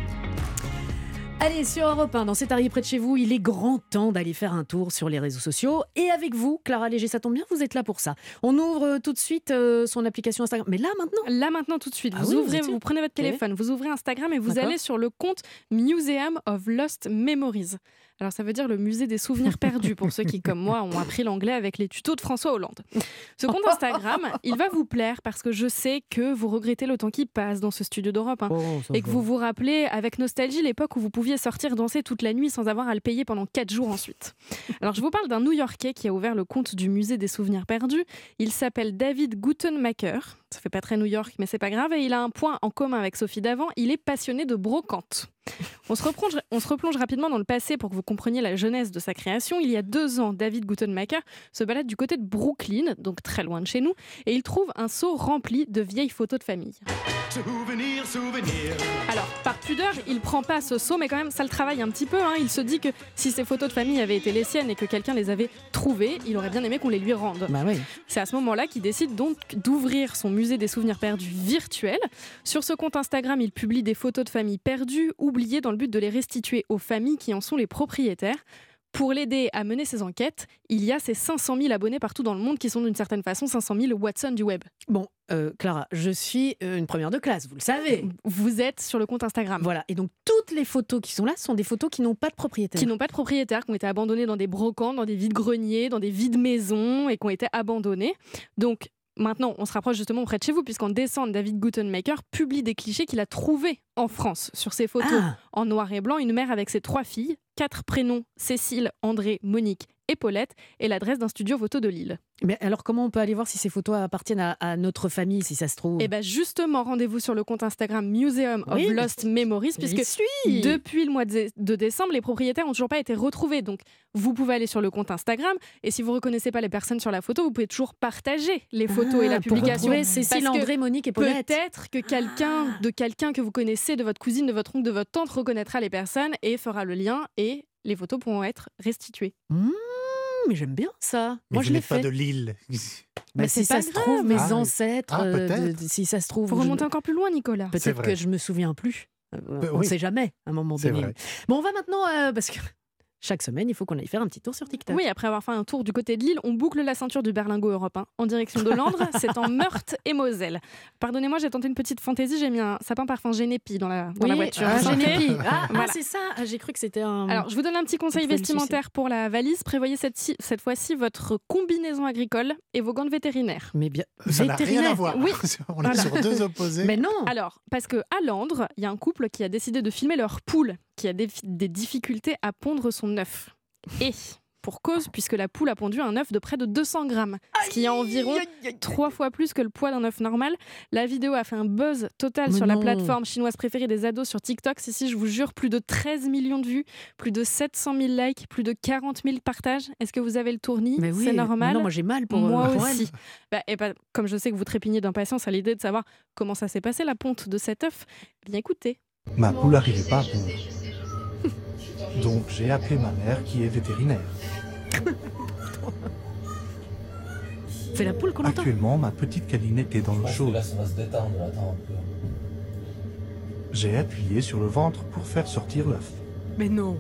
Allez, sur Europe un, dans cet arrivé près de chez vous, il est grand temps d'aller faire un tour sur les réseaux sociaux. Et avec vous, Clara Léger, ça tombe bien, vous êtes là pour ça. On ouvre euh, tout de suite euh, son application Instagram. Mais là, maintenant, Là maintenant tout de suite, Ah vous oui, ouvrez, vous étiez- vous prenez votre téléphone, vous ouvrez Instagram et vous D'accord. allez sur le compte Museum of Lost Memories. Alors ça veut dire le musée des souvenirs perdus pour ceux qui, comme moi, ont appris l'anglais avec les tutos de François Hollande. Ce compte Instagram, il va vous plaire parce que je sais que vous regrettez le temps qui passe dans ce studio d'Europe un. Oh, ça Et que va. vous vous rappelez avec nostalgie l'époque où vous pouviez sortir danser toute la nuit sans avoir à le payer pendant quatre jours ensuite. Alors je vous parle d'un New-Yorkais qui a ouvert le compte du musée des souvenirs perdus. Il s'appelle David Gutenmacher. Ça fait pas très New York, mais c'est pas grave. Et il a un point en commun avec Sophie Davant. Il est passionné de brocante. On se, replonge, on se replonge rapidement dans le passé pour que vous compreniez la jeunesse de sa création. Il y a deux ans, David Gutenmacher se balade du côté de Brooklyn, donc très loin de chez nous, et il trouve un seau rempli de vieilles photos de famille. Souvenir, souvenir. Alors, par pudeur, il prend pas ce seau, mais quand même, ça le travaille un petit peu. Hein. Il se dit que si ces photos de famille avaient été les siennes et que quelqu'un les avait trouvées, il aurait bien aimé qu'on les lui rende. Bah oui. C'est à ce moment-là qu'il décide donc d'ouvrir son musée des souvenirs perdus virtuel. Sur ce compte Instagram, il publie des photos de familles perdues, oubliées, dans le but de les restituer aux familles qui en sont les propriétaires. Pour l'aider à mener ses enquêtes, il y a ces cinq cent mille abonnés partout dans le monde qui sont d'une certaine façon cinq cent mille Watson du web. Bon, euh, Clara, je suis euh, une première de classe, vous le savez. Vous êtes sur le compte Instagram. Voilà, et donc toutes les photos qui sont là sont des photos qui n'ont pas de propriétaire. Qui n'ont pas de propriétaire, qui ont été abandonnés dans des brocantes, dans des vides-greniers, dans des vides-maisons et qui ont été abandonnés. Donc maintenant, on se rapproche justement près de chez vous, puisqu'en décembre, David Gutenmacher publie des clichés qu'il a trouvés en France sur ses photos Ah, en noir et blanc. Une mère avec ses trois filles, quatre prénoms, Cécile, André, Monique et Paulette, et l'adresse d'un studio photo de Lille. mais alors comment on peut aller voir si ces photos appartiennent à, à notre famille, si ça se trouve? Et bien justement, rendez-vous sur le compte Instagram Museum of Oui, Lost Memories, J'y puisque suis. depuis le mois de de décembre, les propriétaires n'ont toujours pas été retrouvés. Donc, vous pouvez aller sur le compte Instagram et si vous ne reconnaissez pas les personnes sur la photo, vous pouvez toujours partager les photos et la Ah, pour publication. retrouver Cécile, Parce que André, Monique et Paulette. peut-être que quelqu'un de quelqu'un que vous connaissez, de votre cousine, de votre oncle, de votre tante, reconnaîtra les personnes et fera le lien et les photos pourront être restituées. Mmh, mais j'aime bien ça. Mais Moi, vous je l'ai n'êtes pas fait. de Lille. Bah, Mais si c'est ça pas se grave. trouve, mes Ah oui. ancêtres, Ah, euh, de- peut-être. de- si ça se trouve, Faut je- remonter encore plus loin, Nicolas. C'est peut-être vrai. que je me souviens plus. Euh, Euh, on ne oui. sait jamais à un moment C'est donné. vrai. Bon, on va maintenant, euh, parce que chaque semaine, il faut qu'on aille faire un petit tour sur TikTok. Oui, après avoir fait un tour du côté de Lille, on boucle la ceinture du berlingot européen en direction de Langres. C'est en Meurthe et Moselle. Pardonnez-moi, j'ai tenté une petite fantaisie. J'ai mis un sapin parfum Génépi dans la, dans la Oui, voiture. un Vous sentez Génépi. Ah, ah, Voilà. c'est ça. Ah, j'ai cru que c'était un. Alors, je vous donne un petit conseil Il faut le vestimentaire pour la valise. Prévoyez cette, ci- cette fois-ci votre combinaison agricole et vos gants de vétérinaire. Mais bien. Ça n'a rien à vétérinaire. voir. Oui. On est Voilà. sur deux opposés. Mais non. Alors, parce que à Langres, il y a un couple qui a décidé de filmer leur poule qui a des, des difficultés à pondre son œuf. Et pour cause, puisque la poule a pondu un œuf de près de deux cents grammes, ce qui est environ trois fois plus que le poids d'un œuf normal. La vidéo a fait un buzz total Mais sur la non. plateforme chinoise préférée des ados sur TikTok. Si, si, je vous jure, plus de treize millions de vues, plus de sept cent mille likes, plus de quarante mille partages. Est-ce que vous avez le tournis? Mais oui. C'est normal. Mais non, moi j'ai mal pour. Moi pour aussi. elle. Bah, et bah, comme je sais que vous trépignez d'impatience à l'idée de savoir comment ça s'est passé la ponte de cet œuf, eh bien écoutez. Ma poule n'arrivait pas à pondre. Donc j'ai appelé ma mère qui est vétérinaire. C'est la poule qu'on entend. Actuellement, ma petite câline était dans l'eau chaude. ça va se détendre, attends un peu. J'ai appuyé sur le ventre pour faire sortir l'œuf. Mais non.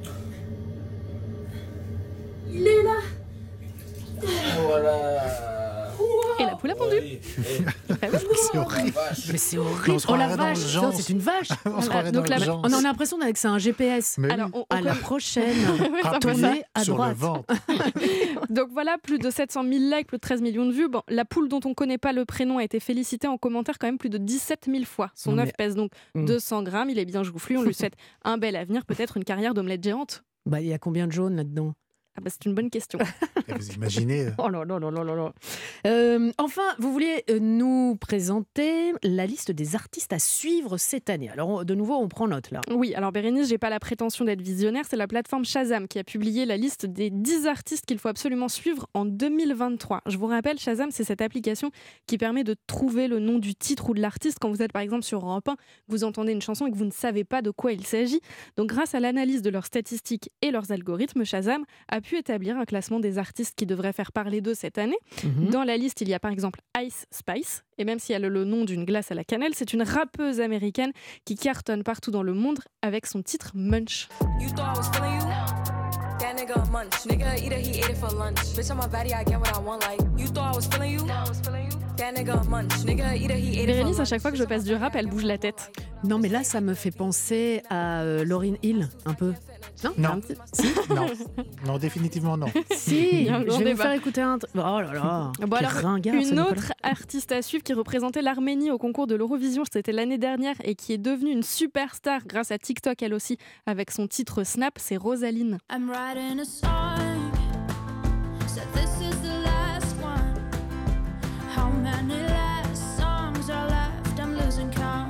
Voilà. Et la poule a pondu. Ah oui. C'est horrible. Mais c'est On horrible. se Oh la croirait dans vache. le genre. Non, c'est une vache. On se Voilà, croirait donc dans la- le genre. On en a l'impression que c'est un G P S. Mais Alors, oui. on- on À la connaît- prochaine. Ouais, ça Appuyez tournait à sur droite. le ventre. Donc voilà, plus de sept cent mille likes, plus de treize millions de vues. Bon, la poule dont on ne connaît pas le prénom a été félicitée en commentaire quand même plus de dix-sept mille fois. Son Non, œuf mais- pèse donc Mm. deux cents grammes, il est bien joufflu, on lui souhaite un bel avenir, peut-être une carrière d'omelette géante. Bah, il y a combien de jaunes là-dedans? Ah bah, c'est une bonne question. Et vous imaginez euh, Oh là là là là là là. Euh, enfin, vous vouliez euh, nous présenter la liste des artistes à suivre cette année. Alors, on- de nouveau, on prend note là. Oui, alors Bérénice, j'ai pas la prétention d'être visionnaire, c'est la plateforme Shazam qui a publié la liste des dix artistes qu'il faut absolument suivre en deux mille vingt-trois. Je vous rappelle, Shazam, c'est cette application qui permet de trouver le nom du titre ou de l'artiste quand vous êtes par exemple sur Europe un, vous entendez une chanson et que vous ne savez pas de quoi il s'agit. Donc grâce à l'analyse de leurs statistiques et leurs algorithmes, Shazam a pu établir un classement des artistes qui devraient faire parler d'eux cette année. Mhm. Dans la liste, il y a par exemple Ice Spice, et même si elle a le nom d'une glace à la cannelle, c'est une rappeuse américaine qui cartonne partout dans le monde avec son titre Munch. You thought I was feeling you? That nigga a munch. Nigga eat it, he ate it for lunch. Bitch, I'm a baddie, I get what I want. Like, you thought I was feeling you? That nigga a munch. Nigga eat it, he ate it for Bérénice, à lunch. chaque fois que je passe du rap, elle bouge la tête. Non, mais là, ça me fait penser à euh, Lauryn Hill, un peu. Non, Non. Un petit- non, non, définitivement non. Si, Il y a un je grand vais vous débat. faire écouter un... tr- Oh là là, Bon, quel alors, ringard, ce une Nicolas. autre artiste à suivre qui représentait l'Arménie au concours de l'Eurovision, c'était l'année dernière, et qui est devenue une superstar grâce à TikTok elle aussi, avec son titre Snap, c'est Rosaline. I'm writing a song. So this is the last one. How many last songs are left? I'm losing count.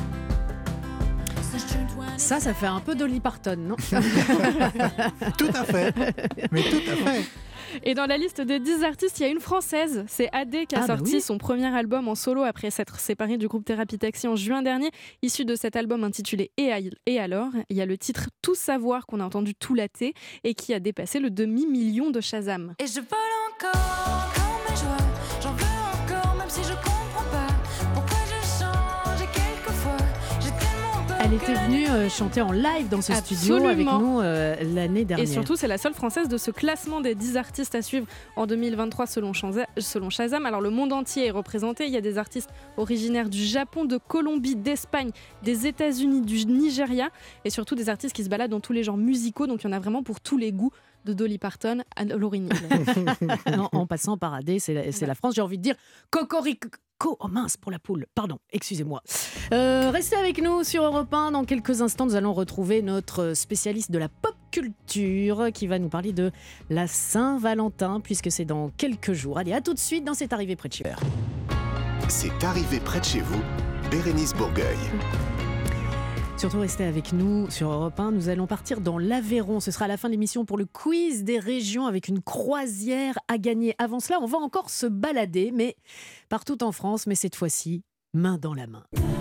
Since June twentieth. Ça, ça fait un peu Dolly Parton, non? Tout à fait, mais tout à fait. Et dans la liste des dix artistes, il y a une française, c'est Adé qui a Ah, bah sorti oui. son premier album en solo après s'être séparée du groupe Thérapie Taxi en juin dernier. Issu de cet album intitulé Et, a- Et alors, il y a le titre Tout savoir qu'on a entendu tout l'été et qui a dépassé le demi-million de Shazam. Et je vole encore, encore mes joies. J'en veux encore, même si je comprends pas pourquoi je change. Et quelquefois, j'ai tellement peur. Elle était venue euh, chanter en live dans ce studio avec Absolument. nous euh, l'année dernière. Et surtout, c'est la seule française de ce classement des dix artistes à suivre en deux mille vingt-trois selon Shaza- selon Shazam. Alors le monde entier est représenté. Il y a des artistes originaires du Japon, de Colombie, d'Espagne, des États-Unis, du Nigeria et surtout des artistes qui se baladent dans tous les genres musicaux. Donc il y en a vraiment pour tous les goûts, de Dolly Parton à Lauryn Hill. en, en passant par Adé, c'est la, c'est la France. J'ai envie de dire Cocorico. Oh mince, pour la poule. Pardon, excusez-moi. Euh, restez avec nous sur Europe un. Dans quelques instants, nous allons retrouver notre spécialiste de la pop culture qui va nous parler de la Saint-Valentin, puisque c'est dans quelques jours. Allez, à tout de suite dans C'est arrivé près de chez vous. C'est arrivé près de chez vous, Bérénice Bourgueil. Surtout restez avec nous sur Europe un. Nous allons partir dans l'Aveyron. Ce sera à la fin de l'émission pour le quiz des régions avec une croisière à gagner. Avant cela, on va encore se balader, mais partout en France, mais cette fois-ci, main dans la main.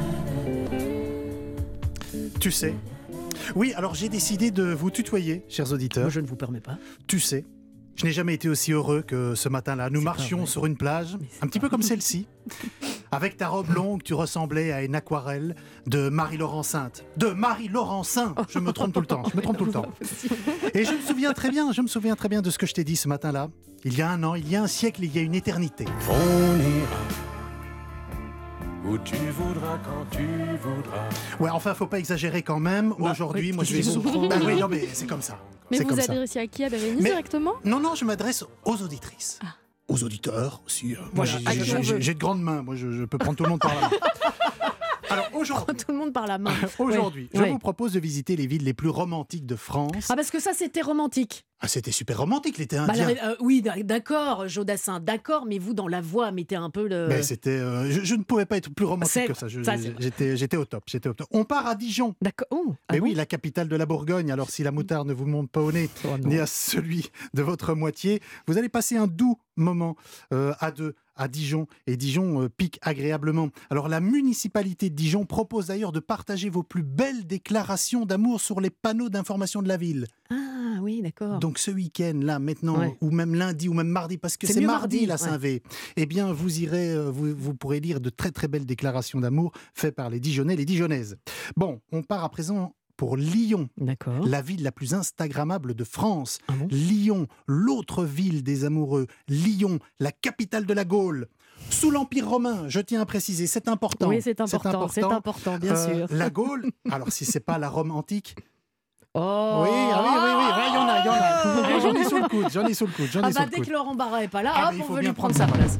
Tu sais. Oui, alors j'ai décidé de vous tutoyer, chers auditeurs. Moi, je ne vous permets pas. Tu sais, je n'ai jamais été aussi heureux que ce matin-là. Nous C'est pas marchions vrai. sur une plage, Mais c'est un petit peu comme celle-ci. Avec ta robe longue, tu ressemblais à une aquarelle de Marie-Laurent Sainte. De Marie-Laurent Saint. Je me trompe tout le temps. Je me trompe tout le temps. Et je me souviens très bien, je me souviens très bien de ce que je t'ai dit ce matin-là. Il y a un an, il y a un siècle, il y a une éternité. On ira où tu voudras, quand tu voudras. Ouais, enfin, faut pas exagérer quand même. Bah, Aujourd'hui, oui, moi, je vais qu'est-ce que sou- vous Bah oui, non, mais c'est comme ça. Mais C'est vous comme vous ça. adressez à qui? À Bérénice Mais- directement? Non, non, je m'adresse aux auditrices. Ah. Aux auditeurs aussi. euh, Moi, Voilà, j'ai- à j'ai- qui on j'ai veut. j'ai de grandes mains. Moi, je, je peux prendre tout le monde par la main. Alors, aujourd'hui, Tout le monde par la main. aujourd'hui, Ouais, je ouais. vous propose de visiter les villes les plus romantiques de France. Ah, parce que ça, c'était romantique. Ah, c'était super romantique, l'été Bah, indien. la- euh, oui, d'accord, Jodassin, d'accord, mais vous, dans la voix, mettez un peu le... Mais c'était, euh, je, je ne pouvais pas être plus romantique C'est- que ça. Je- ça, je- c'est- j'étais, j'étais au top. J'étais au top. On part à Dijon. D'accord. Oh, ah Mais bon oui, la capitale de la Bourgogne. Alors, si la moutarde ne vous monte pas au nez, Oh, non. ni à celui de votre moitié, vous allez passer un doux moment euh, à deux à Dijon. Et Dijon euh, pique agréablement. Alors, la municipalité de Dijon propose d'ailleurs de partager vos plus belles déclarations d'amour sur les panneaux d'information de la ville. Ah oui, d'accord. Donc ce week-end, là, maintenant, Ouais. ou même lundi, ou même mardi, parce que C'est c'est mieux mardi, mardi, la ouais. Saint-V, eh bien, vous irez, euh, vous, vous pourrez lire de très très belles déclarations d'amour faites par les Dijonnais, les Dijonnaises. Bon, on part à présent pour Lyon, D'accord. la ville la plus instagrammable de France. Ah bon Lyon, l'autre ville des amoureux. Lyon, la capitale de la Gaule. Sous l'Empire romain, je tiens à préciser, c'est important. Oui, c'est important, c'est important, bien Euh, sûr. La Gaule, alors si c'est pas la Rome antique, Oh oui, ah oui, oui, oui, ouais, il y en a, il y en a. Ah, j'en ai sous le coude, j'en ai sous le coude, j'en ai Ah sous bah le dès coude. que Laurent Barra est pas là, Ah, hop, mais il on faut veut bien lui prendre prendre sa sa place.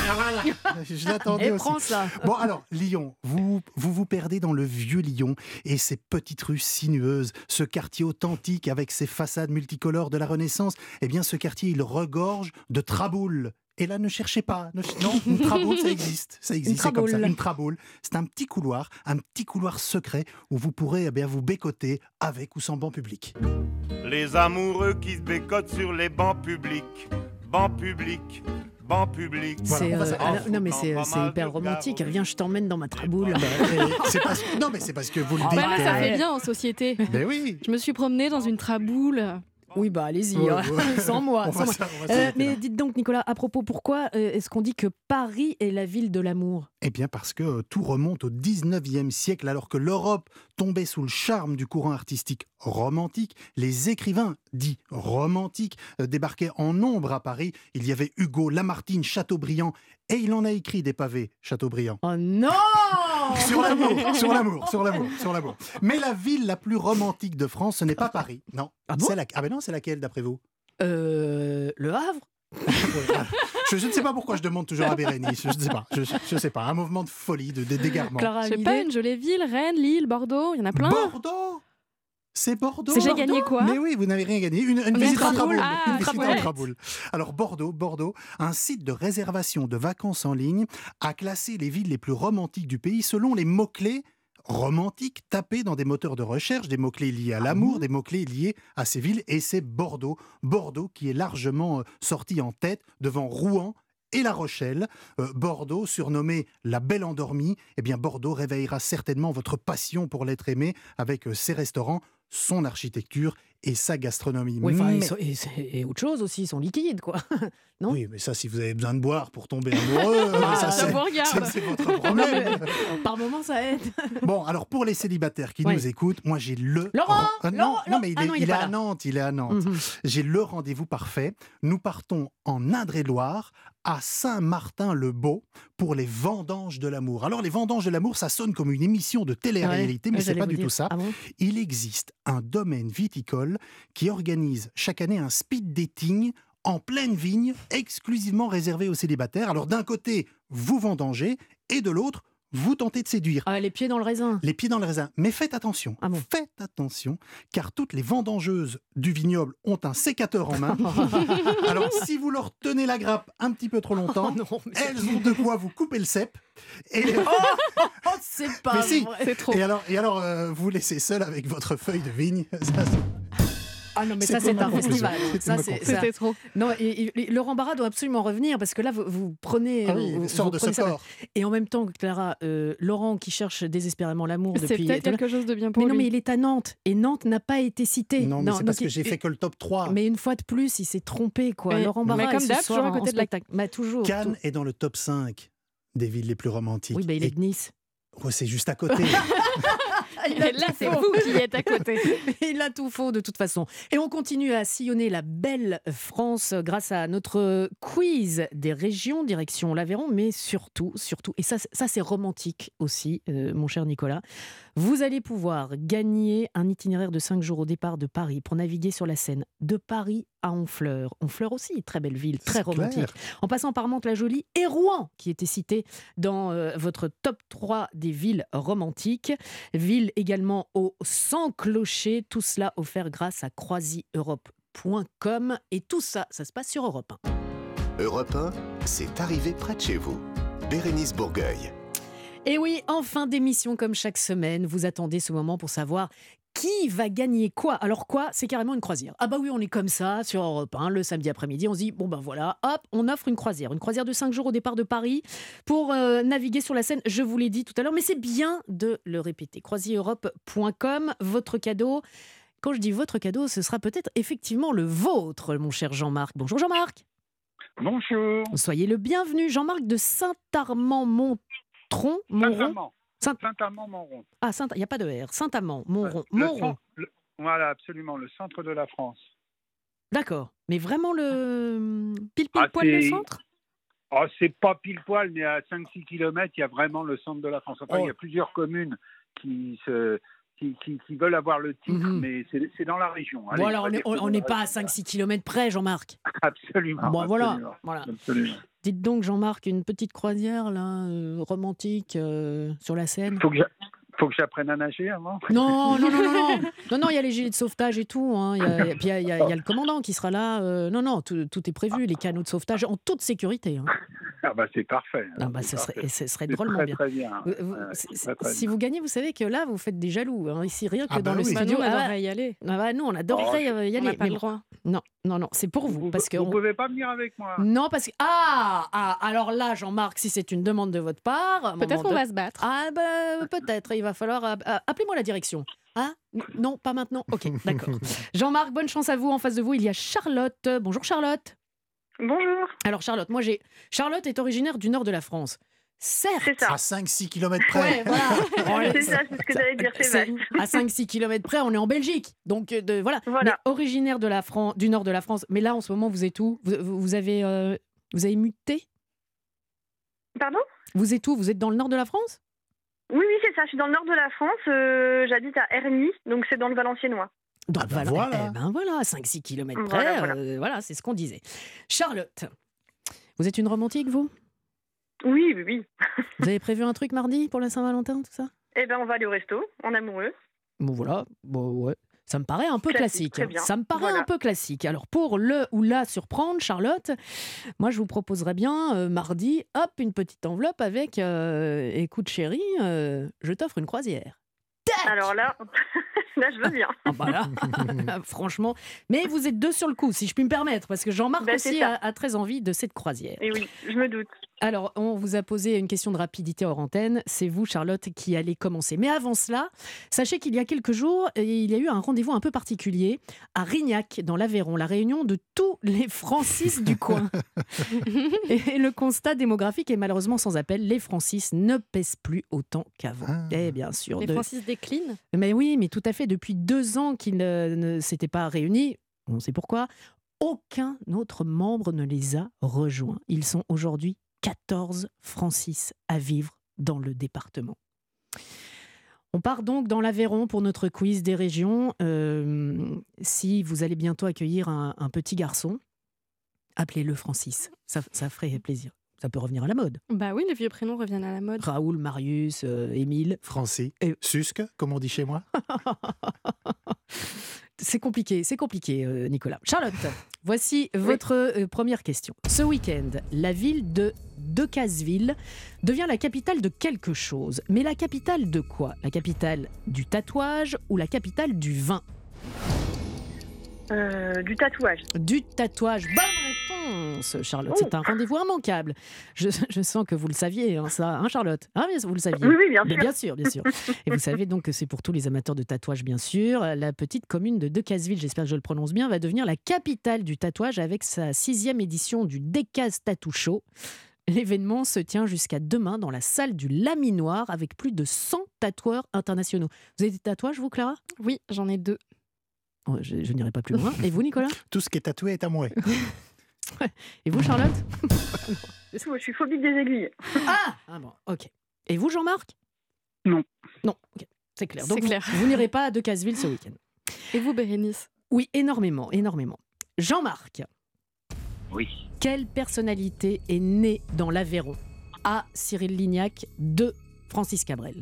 Je l'attendais Et aussi. prends ça. Bon, alors, Lyon, vous, vous vous perdez dans le vieux Lyon et ses petites rues sinueuses, ce quartier authentique avec ses façades multicolores de la Renaissance. Eh bien, ce quartier, il regorge de traboules. Et là, ne cherchez pas. Ne ch- Non, une traboule, ça existe. Ça existe, c'est comme ça. traboule. Une traboule, c'est un petit couloir, un petit couloir secret où vous pourrez eh bien, vous bécoter avec ou sans banc public. Les amoureux qui se bécotent sur les bancs publics. Bancs publics, bancs publics. Voilà, C'est, on va euh, s'arrêter. ah, non mais c'est, c'est hyper romantique. Viens, je t'emmène dans ma traboule. Et c'est parce que- Non, mais c'est parce que vous le Ah, dites. Bah là, ça euh, fait bien en société. Ben oui. Je me suis promenée dans une traboule. Oui, bah allez-y, Ouais, hein. ouais. sans moi. On sans va moi. s'a- on va Euh, s'arrêter mais là. dites donc, Nicolas, à propos, pourquoi euh, est-ce qu'on dit que Paris est la ville de l'amour? Eh bien parce que euh, tout remonte au dix-neuvième siècle, alors que l'Europe tombait sous le charme du courant artistique romantique. Les écrivains dits romantiques euh, débarquaient en nombre à Paris. Il y avait Hugo, Lamartine, Chateaubriand, et il en a écrit des pavés, Chateaubriand. Oh non Sur l'amour, sur l'amour, sur l'amour, sur l'amour. Mais la ville la plus romantique de France, ce n'est pas Paris. Non. Ah bon c'est la... ah ben non, c'est laquelle d'après vous? euh, Le Havre. je, je ne sais pas pourquoi je demande toujours à Bérénice. Je ne sais pas. Je, je sais pas. Un mouvement de folie, de, de d'égarement. Clara, Je sais une pas, idée une jolie ville, Rennes, Lille, Bordeaux, il y en a plein. Bordeaux. C'est Bordeaux. C'est j'ai gagné quoi? Mais oui, vous n'avez rien gagné. Une, une Une visite en traboule. traboule. Ah, Une visite en traboulette. traboule. Alors Bordeaux, Bordeaux, un site de réservation de vacances en ligne a classé les villes les plus romantiques du pays selon les mots-clés romantiques tapés dans des moteurs de recherche, des mots-clés liés à l'amour, des mots-clés liés à ces villes. Et c'est Bordeaux. Bordeaux qui est largement euh, sorti en tête devant Rouen et La Rochelle. Euh, Bordeaux, surnommé la Belle Endormie, eh bien Bordeaux réveillera certainement votre passion pour l'être aimé avec euh, ses restaurants, son architecture et sa gastronomie. Oui, enfin, Mais- ils sont- et, c'est- et autre chose aussi, ils sont liquides, quoi. Non oui, mais ça, si vous avez besoin de boire pour tomber amoureux, euh, Ah, ça, ça c'est, vous regarde. ça, c'est votre Non, problème. mais, par moment, ça aide. Bon, alors pour les célibataires qui Ouais. nous écoutent, moi j'ai le... Laurent, Euh, non, Laurent, non, mais il ah est, non, il il est est pas à là. Nantes, il est à Nantes. Mhm. J'ai le rendez-vous parfait. Nous partons en Indre-et-Loire, à Saint-Martin-le-Beau, pour les vendanges de l'amour. Alors les vendanges de l'amour, ça sonne comme une émission de télé-réalité, Ouais, mais ouais, c'est j'allais pas vous du dire. tout ça. Ah bon Il existe un domaine viticole qui organise chaque année un speed dating en pleine vigne, exclusivement réservé aux célibataires. Alors d'un côté, vous vendangez, et de l'autre, vous tentez de séduire. Ah, les pieds dans le raisin. Les pieds dans le raisin. Mais faites attention, Ah bon faites attention, car toutes les vendangeuses du vignoble ont un sécateur en main. Alors si vous leur tenez la grappe un petit peu trop longtemps, Oh non, mais c'est- elles ont de quoi vous couper le cep. Et, Oh, c'est pas Mais si. vrai. C'est trop. et alors, et alors euh, vous laissez seul avec votre feuille de vigne. Ça, c'est- Ah non, mais C'est ça, quoi c'est ma un conclusion festival. C'était Ça, ma c'est, conclusion. ça- C'était trop. Non, et, et- et Laurent Barra doit absolument revenir parce que là, vous, vous prenez. Ah oui, vous- il sort vous de ce prenez ça- corps. Et en même temps, Clara, euh, Laurent qui cherche désespérément l'amour C'est depuis. peut-être quelque chose de bien pour Mais non, lui. mais il est à Nantes et Nantes n'a pas été cité. Non, mais c'est donc parce que il- j'ai fait que le top trois. Mais une fois de plus, il s'est trompé, quoi. Mais- Laurent mais Barra, comme est ce d'hab, soir toujours à en- côté en de la- spectacle. Bah, toujours. Cannes tout- est dans le top cinq des villes les plus romantiques. Oui, bah, il est Et- de Nice. Oh, c'est juste à côté. Il a Et là, tout c'est faux. vous qui êtes à côté. Il a tout faux de toute façon. Et on continue à sillonner la belle France grâce à notre quiz des régions, direction l'Aveyron, mais surtout, surtout, et ça, ça c'est romantique aussi, euh, mon cher Nicolas, vous allez pouvoir gagner un itinéraire de cinq jours au départ de Paris pour naviguer sur la Seine, de Paris à Honfleur. Honfleur aussi, très belle ville, très C'est romantique. clair. En passant par Mantes-la-Jolie et Rouen, qui était cité dans euh, votre top trois des villes romantiques. Ville également au sans clocher, tout cela offert grâce à croisi europe point com. Et tout ça, ça se passe sur Europe un. Europe un, c'est arrivé près de chez vous. Bérénice Bourgueil. Et oui, en fin d'émission, comme chaque semaine, vous attendez ce moment pour savoir qui va gagner quoi. Alors quoi? C'est carrément une croisière. Ah bah oui, on est comme ça sur Europe un, le samedi après-midi, on se dit, bon ben voilà, hop, on offre une croisière. Une croisière de cinq jours au départ de Paris pour euh, naviguer sur la Seine. Je vous l'ai dit tout à l'heure, mais c'est bien de le répéter. croisi europe point com, votre cadeau. Quand je dis votre cadeau, ce sera peut-être effectivement le vôtre, mon cher Jean-Marc. Bonjour Jean-Marc. Bonjour. Soyez le bienvenu. Jean-Marc de Saint-Armand-Montron. Montron. Saint-Amand. Saint- Saint-Amand-Montron. Ah, Saint... il n'y a pas de R. Saint-Amand, Montron. Le Montron. cen- le- Voilà, absolument, le centre de la France. D'accord. Mais vraiment le pile pile Ah, poil le c'est- centre? Oh, c'est pas pile poil, mais à cinq six kilomètres, il y a vraiment le centre de la France. Enfin, Oh. il y a plusieurs communes qui, se, qui, qui, qui veulent avoir le titre, Mhm. mais c'est c'est dans la région. Allez, Bon, alors va on dire n'est que on- c'est on dans n'est la pas à région. cinq six kilomètres près, Jean-Marc. Absolument. Bon, voilà, absolument, voilà. absolument. Dites donc, Jean-Marc, une petite croisière là, euh, romantique euh, sur la Seine. Faut que j'a- faut que j'apprenne à nager avant. Non, non, non, non, non, non, non, il y a les gilets de sauvetage et tout. Hein. Il y a, et puis il y a, il y a- il y a le commandant qui sera là. euh, non, non, tout, tout est prévu, les canaux de sauvetage en toute sécurité. Hein. Ah bah c'est parfait. Ah bah, C'est ce serait, parfait. et ce serait C'est drôlement très, bien. très bien. Vous- vous- Ouais, c'est- très, très si bien. vous gagnez, vous savez que là, vous faites des jaloux. Hein. Ici, rien que Ah bah dans le oui. Bah, studio. nous, on Ah bah- adorerait y aller. ah bah, nous, on adorerait Oh, euh, y On aller. n'a pas mais le bon. droit. Non, non, non, c'est pour vous. Vous, parce que vous on- pouvez pas venir avec moi. Non, parce que. Ah, ah Alors là, Jean-Marc, si c'est une demande de votre part. à un Peut-être moment qu'on de- va se battre. Ah, bah, peut-être. Il va falloir. euh, euh, Appelez-moi la direction. Hein N- Non, pas maintenant. Ok, d'accord. Jean-Marc, bonne chance à vous. En face de vous, il y a Charlotte. Bonjour, Charlotte. Bonjour. Alors, Charlotte, moi, j'ai. Charlotte est originaire du nord de la France. Certes. C'est ça. À cinq six kilomètres près. Ouais, voilà. C'est ça, c'est ce que j'allais dire, c'est C'est- vaste. À cinq six kilomètres près, on est en Belgique. Donc, euh, de, voilà. Voilà. Mais originaire de la Fran- du nord de la France. Mais là, en ce moment, vous êtes où vous, vous- vous avez, euh, vous avez muté Pardon? Vous êtes où Vous êtes dans le nord de la France Oui, oui, c'est ça. Je suis dans le nord de la France. euh, J'habite à Herny, donc c'est dans le Valenciennois. Donc, Ah ben voilà. voilà. Eh ben voilà, cinq six kilomètres Voilà, près. voilà. euh, voilà, c'est ce qu'on disait. Charlotte, vous êtes une romantique, vous Oui, oui, oui. Vous avez prévu un truc mardi pour la Saint-Valentin, tout ça Eh ben, on va aller au resto, en amoureux. Bon, voilà. Bon, ouais. Ça me paraît un peu Classique, classique. très bien. Ça me paraît Voilà. un peu classique. Alors, pour le ou la surprendre, Charlotte, moi, je vous proposerais bien, euh, mardi, hop, une petite enveloppe avec euh, écoute, chérie, euh, je t'offre une croisière. Tac Alors là, là, je veux bien. Ah bah là, franchement. Mais vous êtes deux sur le coup, si je puis me permettre, parce que Jean-Marc Ben, c'est aussi ça. a, a très envie de cette croisière. Et oui, je me doute. Alors, on vous a posé une question de rapidité hors antenne. C'est vous, Charlotte, qui allez commencer. Mais avant cela, sachez qu'il y a quelques jours, il y a eu un rendez-vous un peu particulier à Rignac, dans l'Aveyron, la réunion de tous les Francis du coin. Et le constat démographique est malheureusement sans appel. Les Francis ne pèsent plus autant qu'avant. Ah. Et bien sûr. Les de- Francis déclinent. Mais oui, mais tout à fait. Depuis deux ans qu'ils ne, ne s'étaient pas réunis, on sait pourquoi, aucun autre membre ne les a rejoints. Ils sont aujourd'hui quatorze Francis à vivre dans le département. On part donc dans l'Aveyron pour notre quiz des régions. Euh, si vous allez bientôt accueillir un, un petit garçon, appelez-le Francis. Ça, ça ferait plaisir. Ça peut revenir à la mode. Bah oui, les vieux prénoms reviennent à la mode. Raoul, Marius, euh, Émile. Francis. Et- Susque, comme on dit chez moi. C'est compliqué, c'est compliqué, euh, Nicolas. Charlotte, voici votre euh, première question. Ce week-end, la ville de Decazeville devient la capitale de quelque chose. Mais la capitale de quoi? La capitale du tatouage ou la capitale du vin? Euh, du tatouage. Du tatouage. Bonne réponse, Charlotte. C'est un rendez-vous immanquable. Je, je sens que vous le saviez, hein, ça, hein, Charlotte? Hein, vous le saviez? Oui, oui, bien Mais sûr. Bien sûr, bien sûr. Et vous savez donc que c'est pour tous les amateurs de tatouage, bien sûr. La petite commune de Decazeville, j'espère que je le prononce bien, va devenir la capitale du tatouage avec sa sixième édition du Decaz Tattoo Show. L'événement se tient jusqu'à demain dans la salle du Laminoir avec plus de cent tatoueurs internationaux. Vous avez des tatouages, vous, Clara? Oui, j'en ai deux. Oh, Je, je n'irai pas plus loin. Et vous, Nicolas? Tout ce qui est tatoué est à moi. Et vous, Charlotte? Moi, je suis phobique des aiguilles. Ah, ah bon, ok. Et vous, Jean-Marc? Non. Non, ok. C'est clair. C'est Donc, vous- clair. vous, n'irez pas à Decazeville ce week-end. Et vous, Bérénice? Oui, énormément, énormément. Jean-Marc, Oui. quelle personnalité est née dans l'Aveyron? A. Cyril Lignac. deux. Francis Cabrel.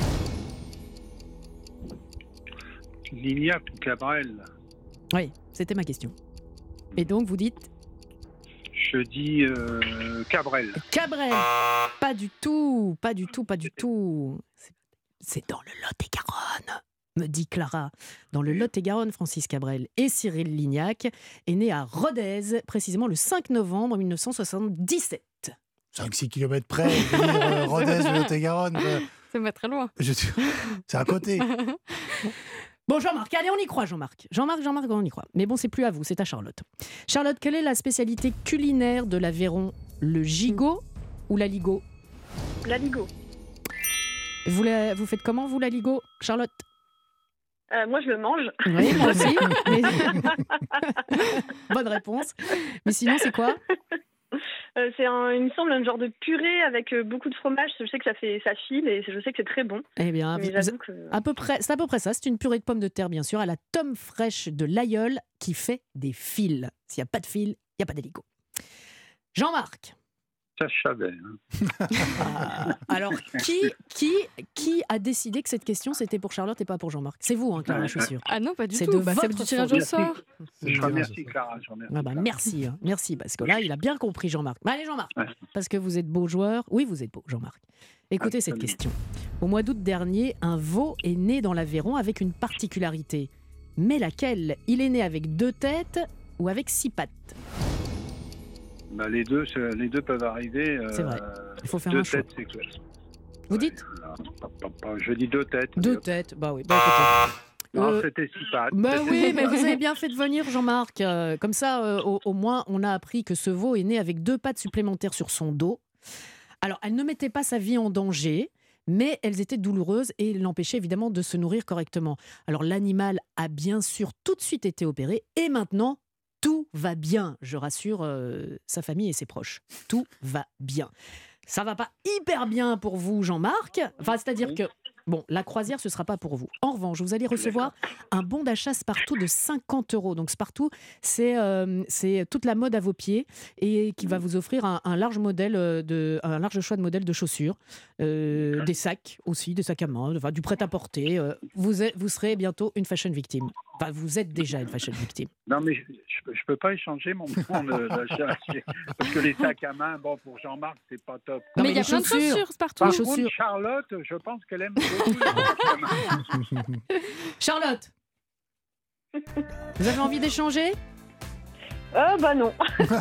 Lignac ou Cabrel? Oui, c'était ma question. Et donc, vous dites Je dis euh, Cabrel. Cabrel. Pas du tout, pas du tout, pas du tout. C'est- C'est dans le Lot-et-Garonne, me dit Clara. Dans le Lot-et-Garonne, Francis Cabrel et Cyril Lignac est né à Rodez, précisément le cinq novembre mille neuf cent soixante-dix-sept. cinq six kilomètres près, venir euh, Rodez, le Lot-et-Garonne. euh, C'est pas très loin. je- C'est à côté. Bon, Jean-Marc, allez, on y croit, Jean-Marc. Jean-Marc, Jean-Marc, on y croit. Mais bon, c'est plus à vous, c'est à Charlotte. Charlotte, quelle est la spécialité culinaire de l'Aveyron? Le gigot ou la ligo? La Ligo. vous, la- vous faites comment, vous, la ligo, Charlotte? Euh, moi, je le mange. Oui, moi aussi. Mais- Bonne réponse. Mais sinon, c'est quoi? Euh, c'est un, il me semble un genre de purée avec euh, beaucoup de fromage. Je sais que ça fait, ça file et je sais que c'est très bon. Eh bien, Mais vous- j'avoue que à peu près, c'est à peu près ça. C'est une purée de pommes de terre, bien sûr, à la tome fraîche de l'aïeul qui fait des fils. S'il n'y a pas de fils, il n'y a pas d'hélico. Jean-Marc, Ça, je savais. Hein. Ah, alors, qui, qui, qui a décidé que cette question, c'était pour Charlotte et pas pour Jean-Marc? C'est vous, hein, Clara, je suis sûre. Ah non, pas du C'est tout. de Bah, c'est votre du tirage faute. au sort. Je remercie Clara. Je remercie Ah bah, Clara. merci, hein, merci, parce que là, il a bien compris, Jean-Marc. Bah, allez, Jean-Marc, Ouais. parce que vous êtes beau joueur. Oui, vous êtes beau, Jean-Marc. Écoutez cette Absolument. question. Au mois d'août dernier, un veau est né dans l'Aveyron avec une particularité. Mais laquelle? Il est né avec deux têtes ou avec six pattes? Bah, les, deux, c'est- les deux peuvent arriver. euh, C'est vrai. Il faut faire deux un choix. têtes, c'est clair. Vous dites Pas- pas- pas- Je dis deux têtes. Deux têtes, bah oui. Bah, écoutez. Non, Euh, c'était six pattes. Bah C'était oui, six mais pattes. vous avez bien fait de venir, Jean-Marc. Euh, comme ça, euh, au, au moins, on a appris que ce veau est né avec deux pattes supplémentaires sur son dos. Alors, elles ne mettaient pas sa vie en danger, mais elles étaient douloureuses et l'empêchaient évidemment de se nourrir correctement. Alors, l'animal a bien sûr tout de suite été opéré et maintenant, tout va bien. Je rassure euh, sa famille et ses proches. Tout va bien. Ça va pas hyper bien pour vous, Jean-Marc. Enfin, c'est-à-dire que bon, la croisière, ce sera pas pour vous. En revanche, vous allez recevoir un bon d'achat Spartoo de cinquante euros. Donc Spartoo, c'est euh, c'est toute la mode à vos pieds et qui va vous offrir un, un large modèle de, un large choix de modèles de chaussures, euh, des sacs aussi, des sacs à main, enfin, du prêt-à-porter. Euh, vous êtes, vous serez bientôt une fashion victime. Enfin, vous êtes déjà une fashion victime. Non, mais je ne peux pas échanger mon plan de- d'achat. Parce que les sacs à main, bon, pour Jean-Marc, c'est pas top. Non, Mais il y a les plein de chaussures. chaussures, Spartoo. Par les contre, chaussures. Charlotte, je pense qu'elle aime beaucoup les sacs à main. Charlotte, vous avez envie d'échanger? Euh, bah non.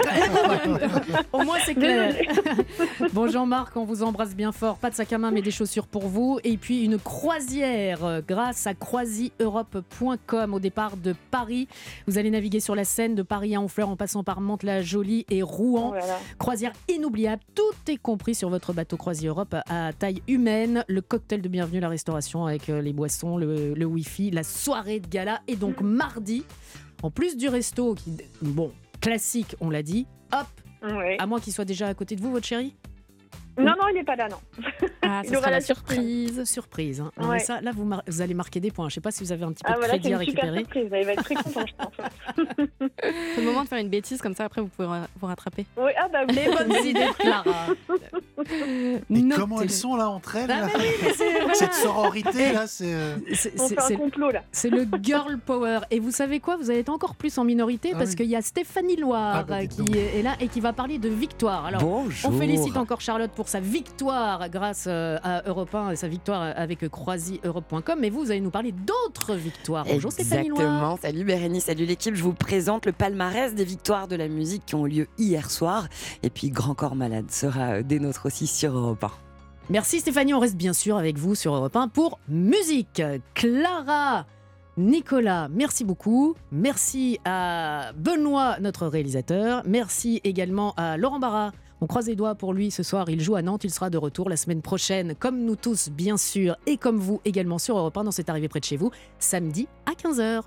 Au moins, c'est clair. Bon, Jean-Marc, on vous embrasse bien fort. Pas de sac à main, mais des chaussures pour vous. Et puis, une croisière euh, grâce à croisi europe point com au départ de Paris. Vous allez naviguer sur la Seine de Paris à Honfleur en passant par Mantes-la-Jolie et Rouen. Voilà. Croisière inoubliable. Tout est compris sur votre bateau Croisi Europe à taille humaine. Le cocktail de bienvenue, la restauration avec euh, les boissons, le, le Wi-Fi, la soirée de gala. Et donc, mardi, en plus du resto, qui, bon, classique, on l'a dit, hop, Ouais. à moins qu'il soit déjà à côté de vous, votre chéri. Non, non, il n'est pas là, non. Ah, Il ça aura sera la la surprise. Surprise. Hein. Non, Ouais. mais ça, là, vous, mar- vous allez marquer des points. Je ne sais pas si vous avez un petit peu Ah, de voilà, c'est crédit à une super récupérer. surprise. Il va être très content, je pense. C'est le moment de faire une bêtise, comme ça après vous pouvez ra- vous rattraper. Oui, ah bah oui. Les bonnes idées de Clara. Et Notez-le. comment elles sont là entre elles Ah, là mais oui, mais c'est- voilà. Cette sororité là, c'est. euh, C'est- On c'est- fait un c'est- complot, là. C'est le girl power. Et vous savez quoi? Vous allez être encore plus en minorité Ah parce oui. qu'il y a Stéphanie Loire Ah bah, dites qui donc. est là et qui va parler de victoire. Alors, Bonjour. on félicite encore Charlotte pour sa victoire grâce euh, à Europe un et sa victoire avec croisi europe point com. Mais vous, vous allez nous parler d'autres victoires. Bonjour Stéphanie Loire. Exactement. Salut Bérénice, salut l'équipe. Je vous présente le palmarès des victoires de la musique qui ont eu lieu hier soir. Et puis Grand Corps Malade sera des nôtres aussi sur Europe un. Merci Stéphanie, on reste bien sûr avec vous sur Europe un pour musique. Clara, Nicolas, merci beaucoup. Merci à Benoît, notre réalisateur. Merci également à Laurent Barra. On croise les doigts pour lui ce soir, il joue à Nantes, il sera de retour la semaine prochaine, comme nous tous bien sûr, et comme vous également sur Europe un dans cette arrivée près de chez vous, samedi à quinze heures.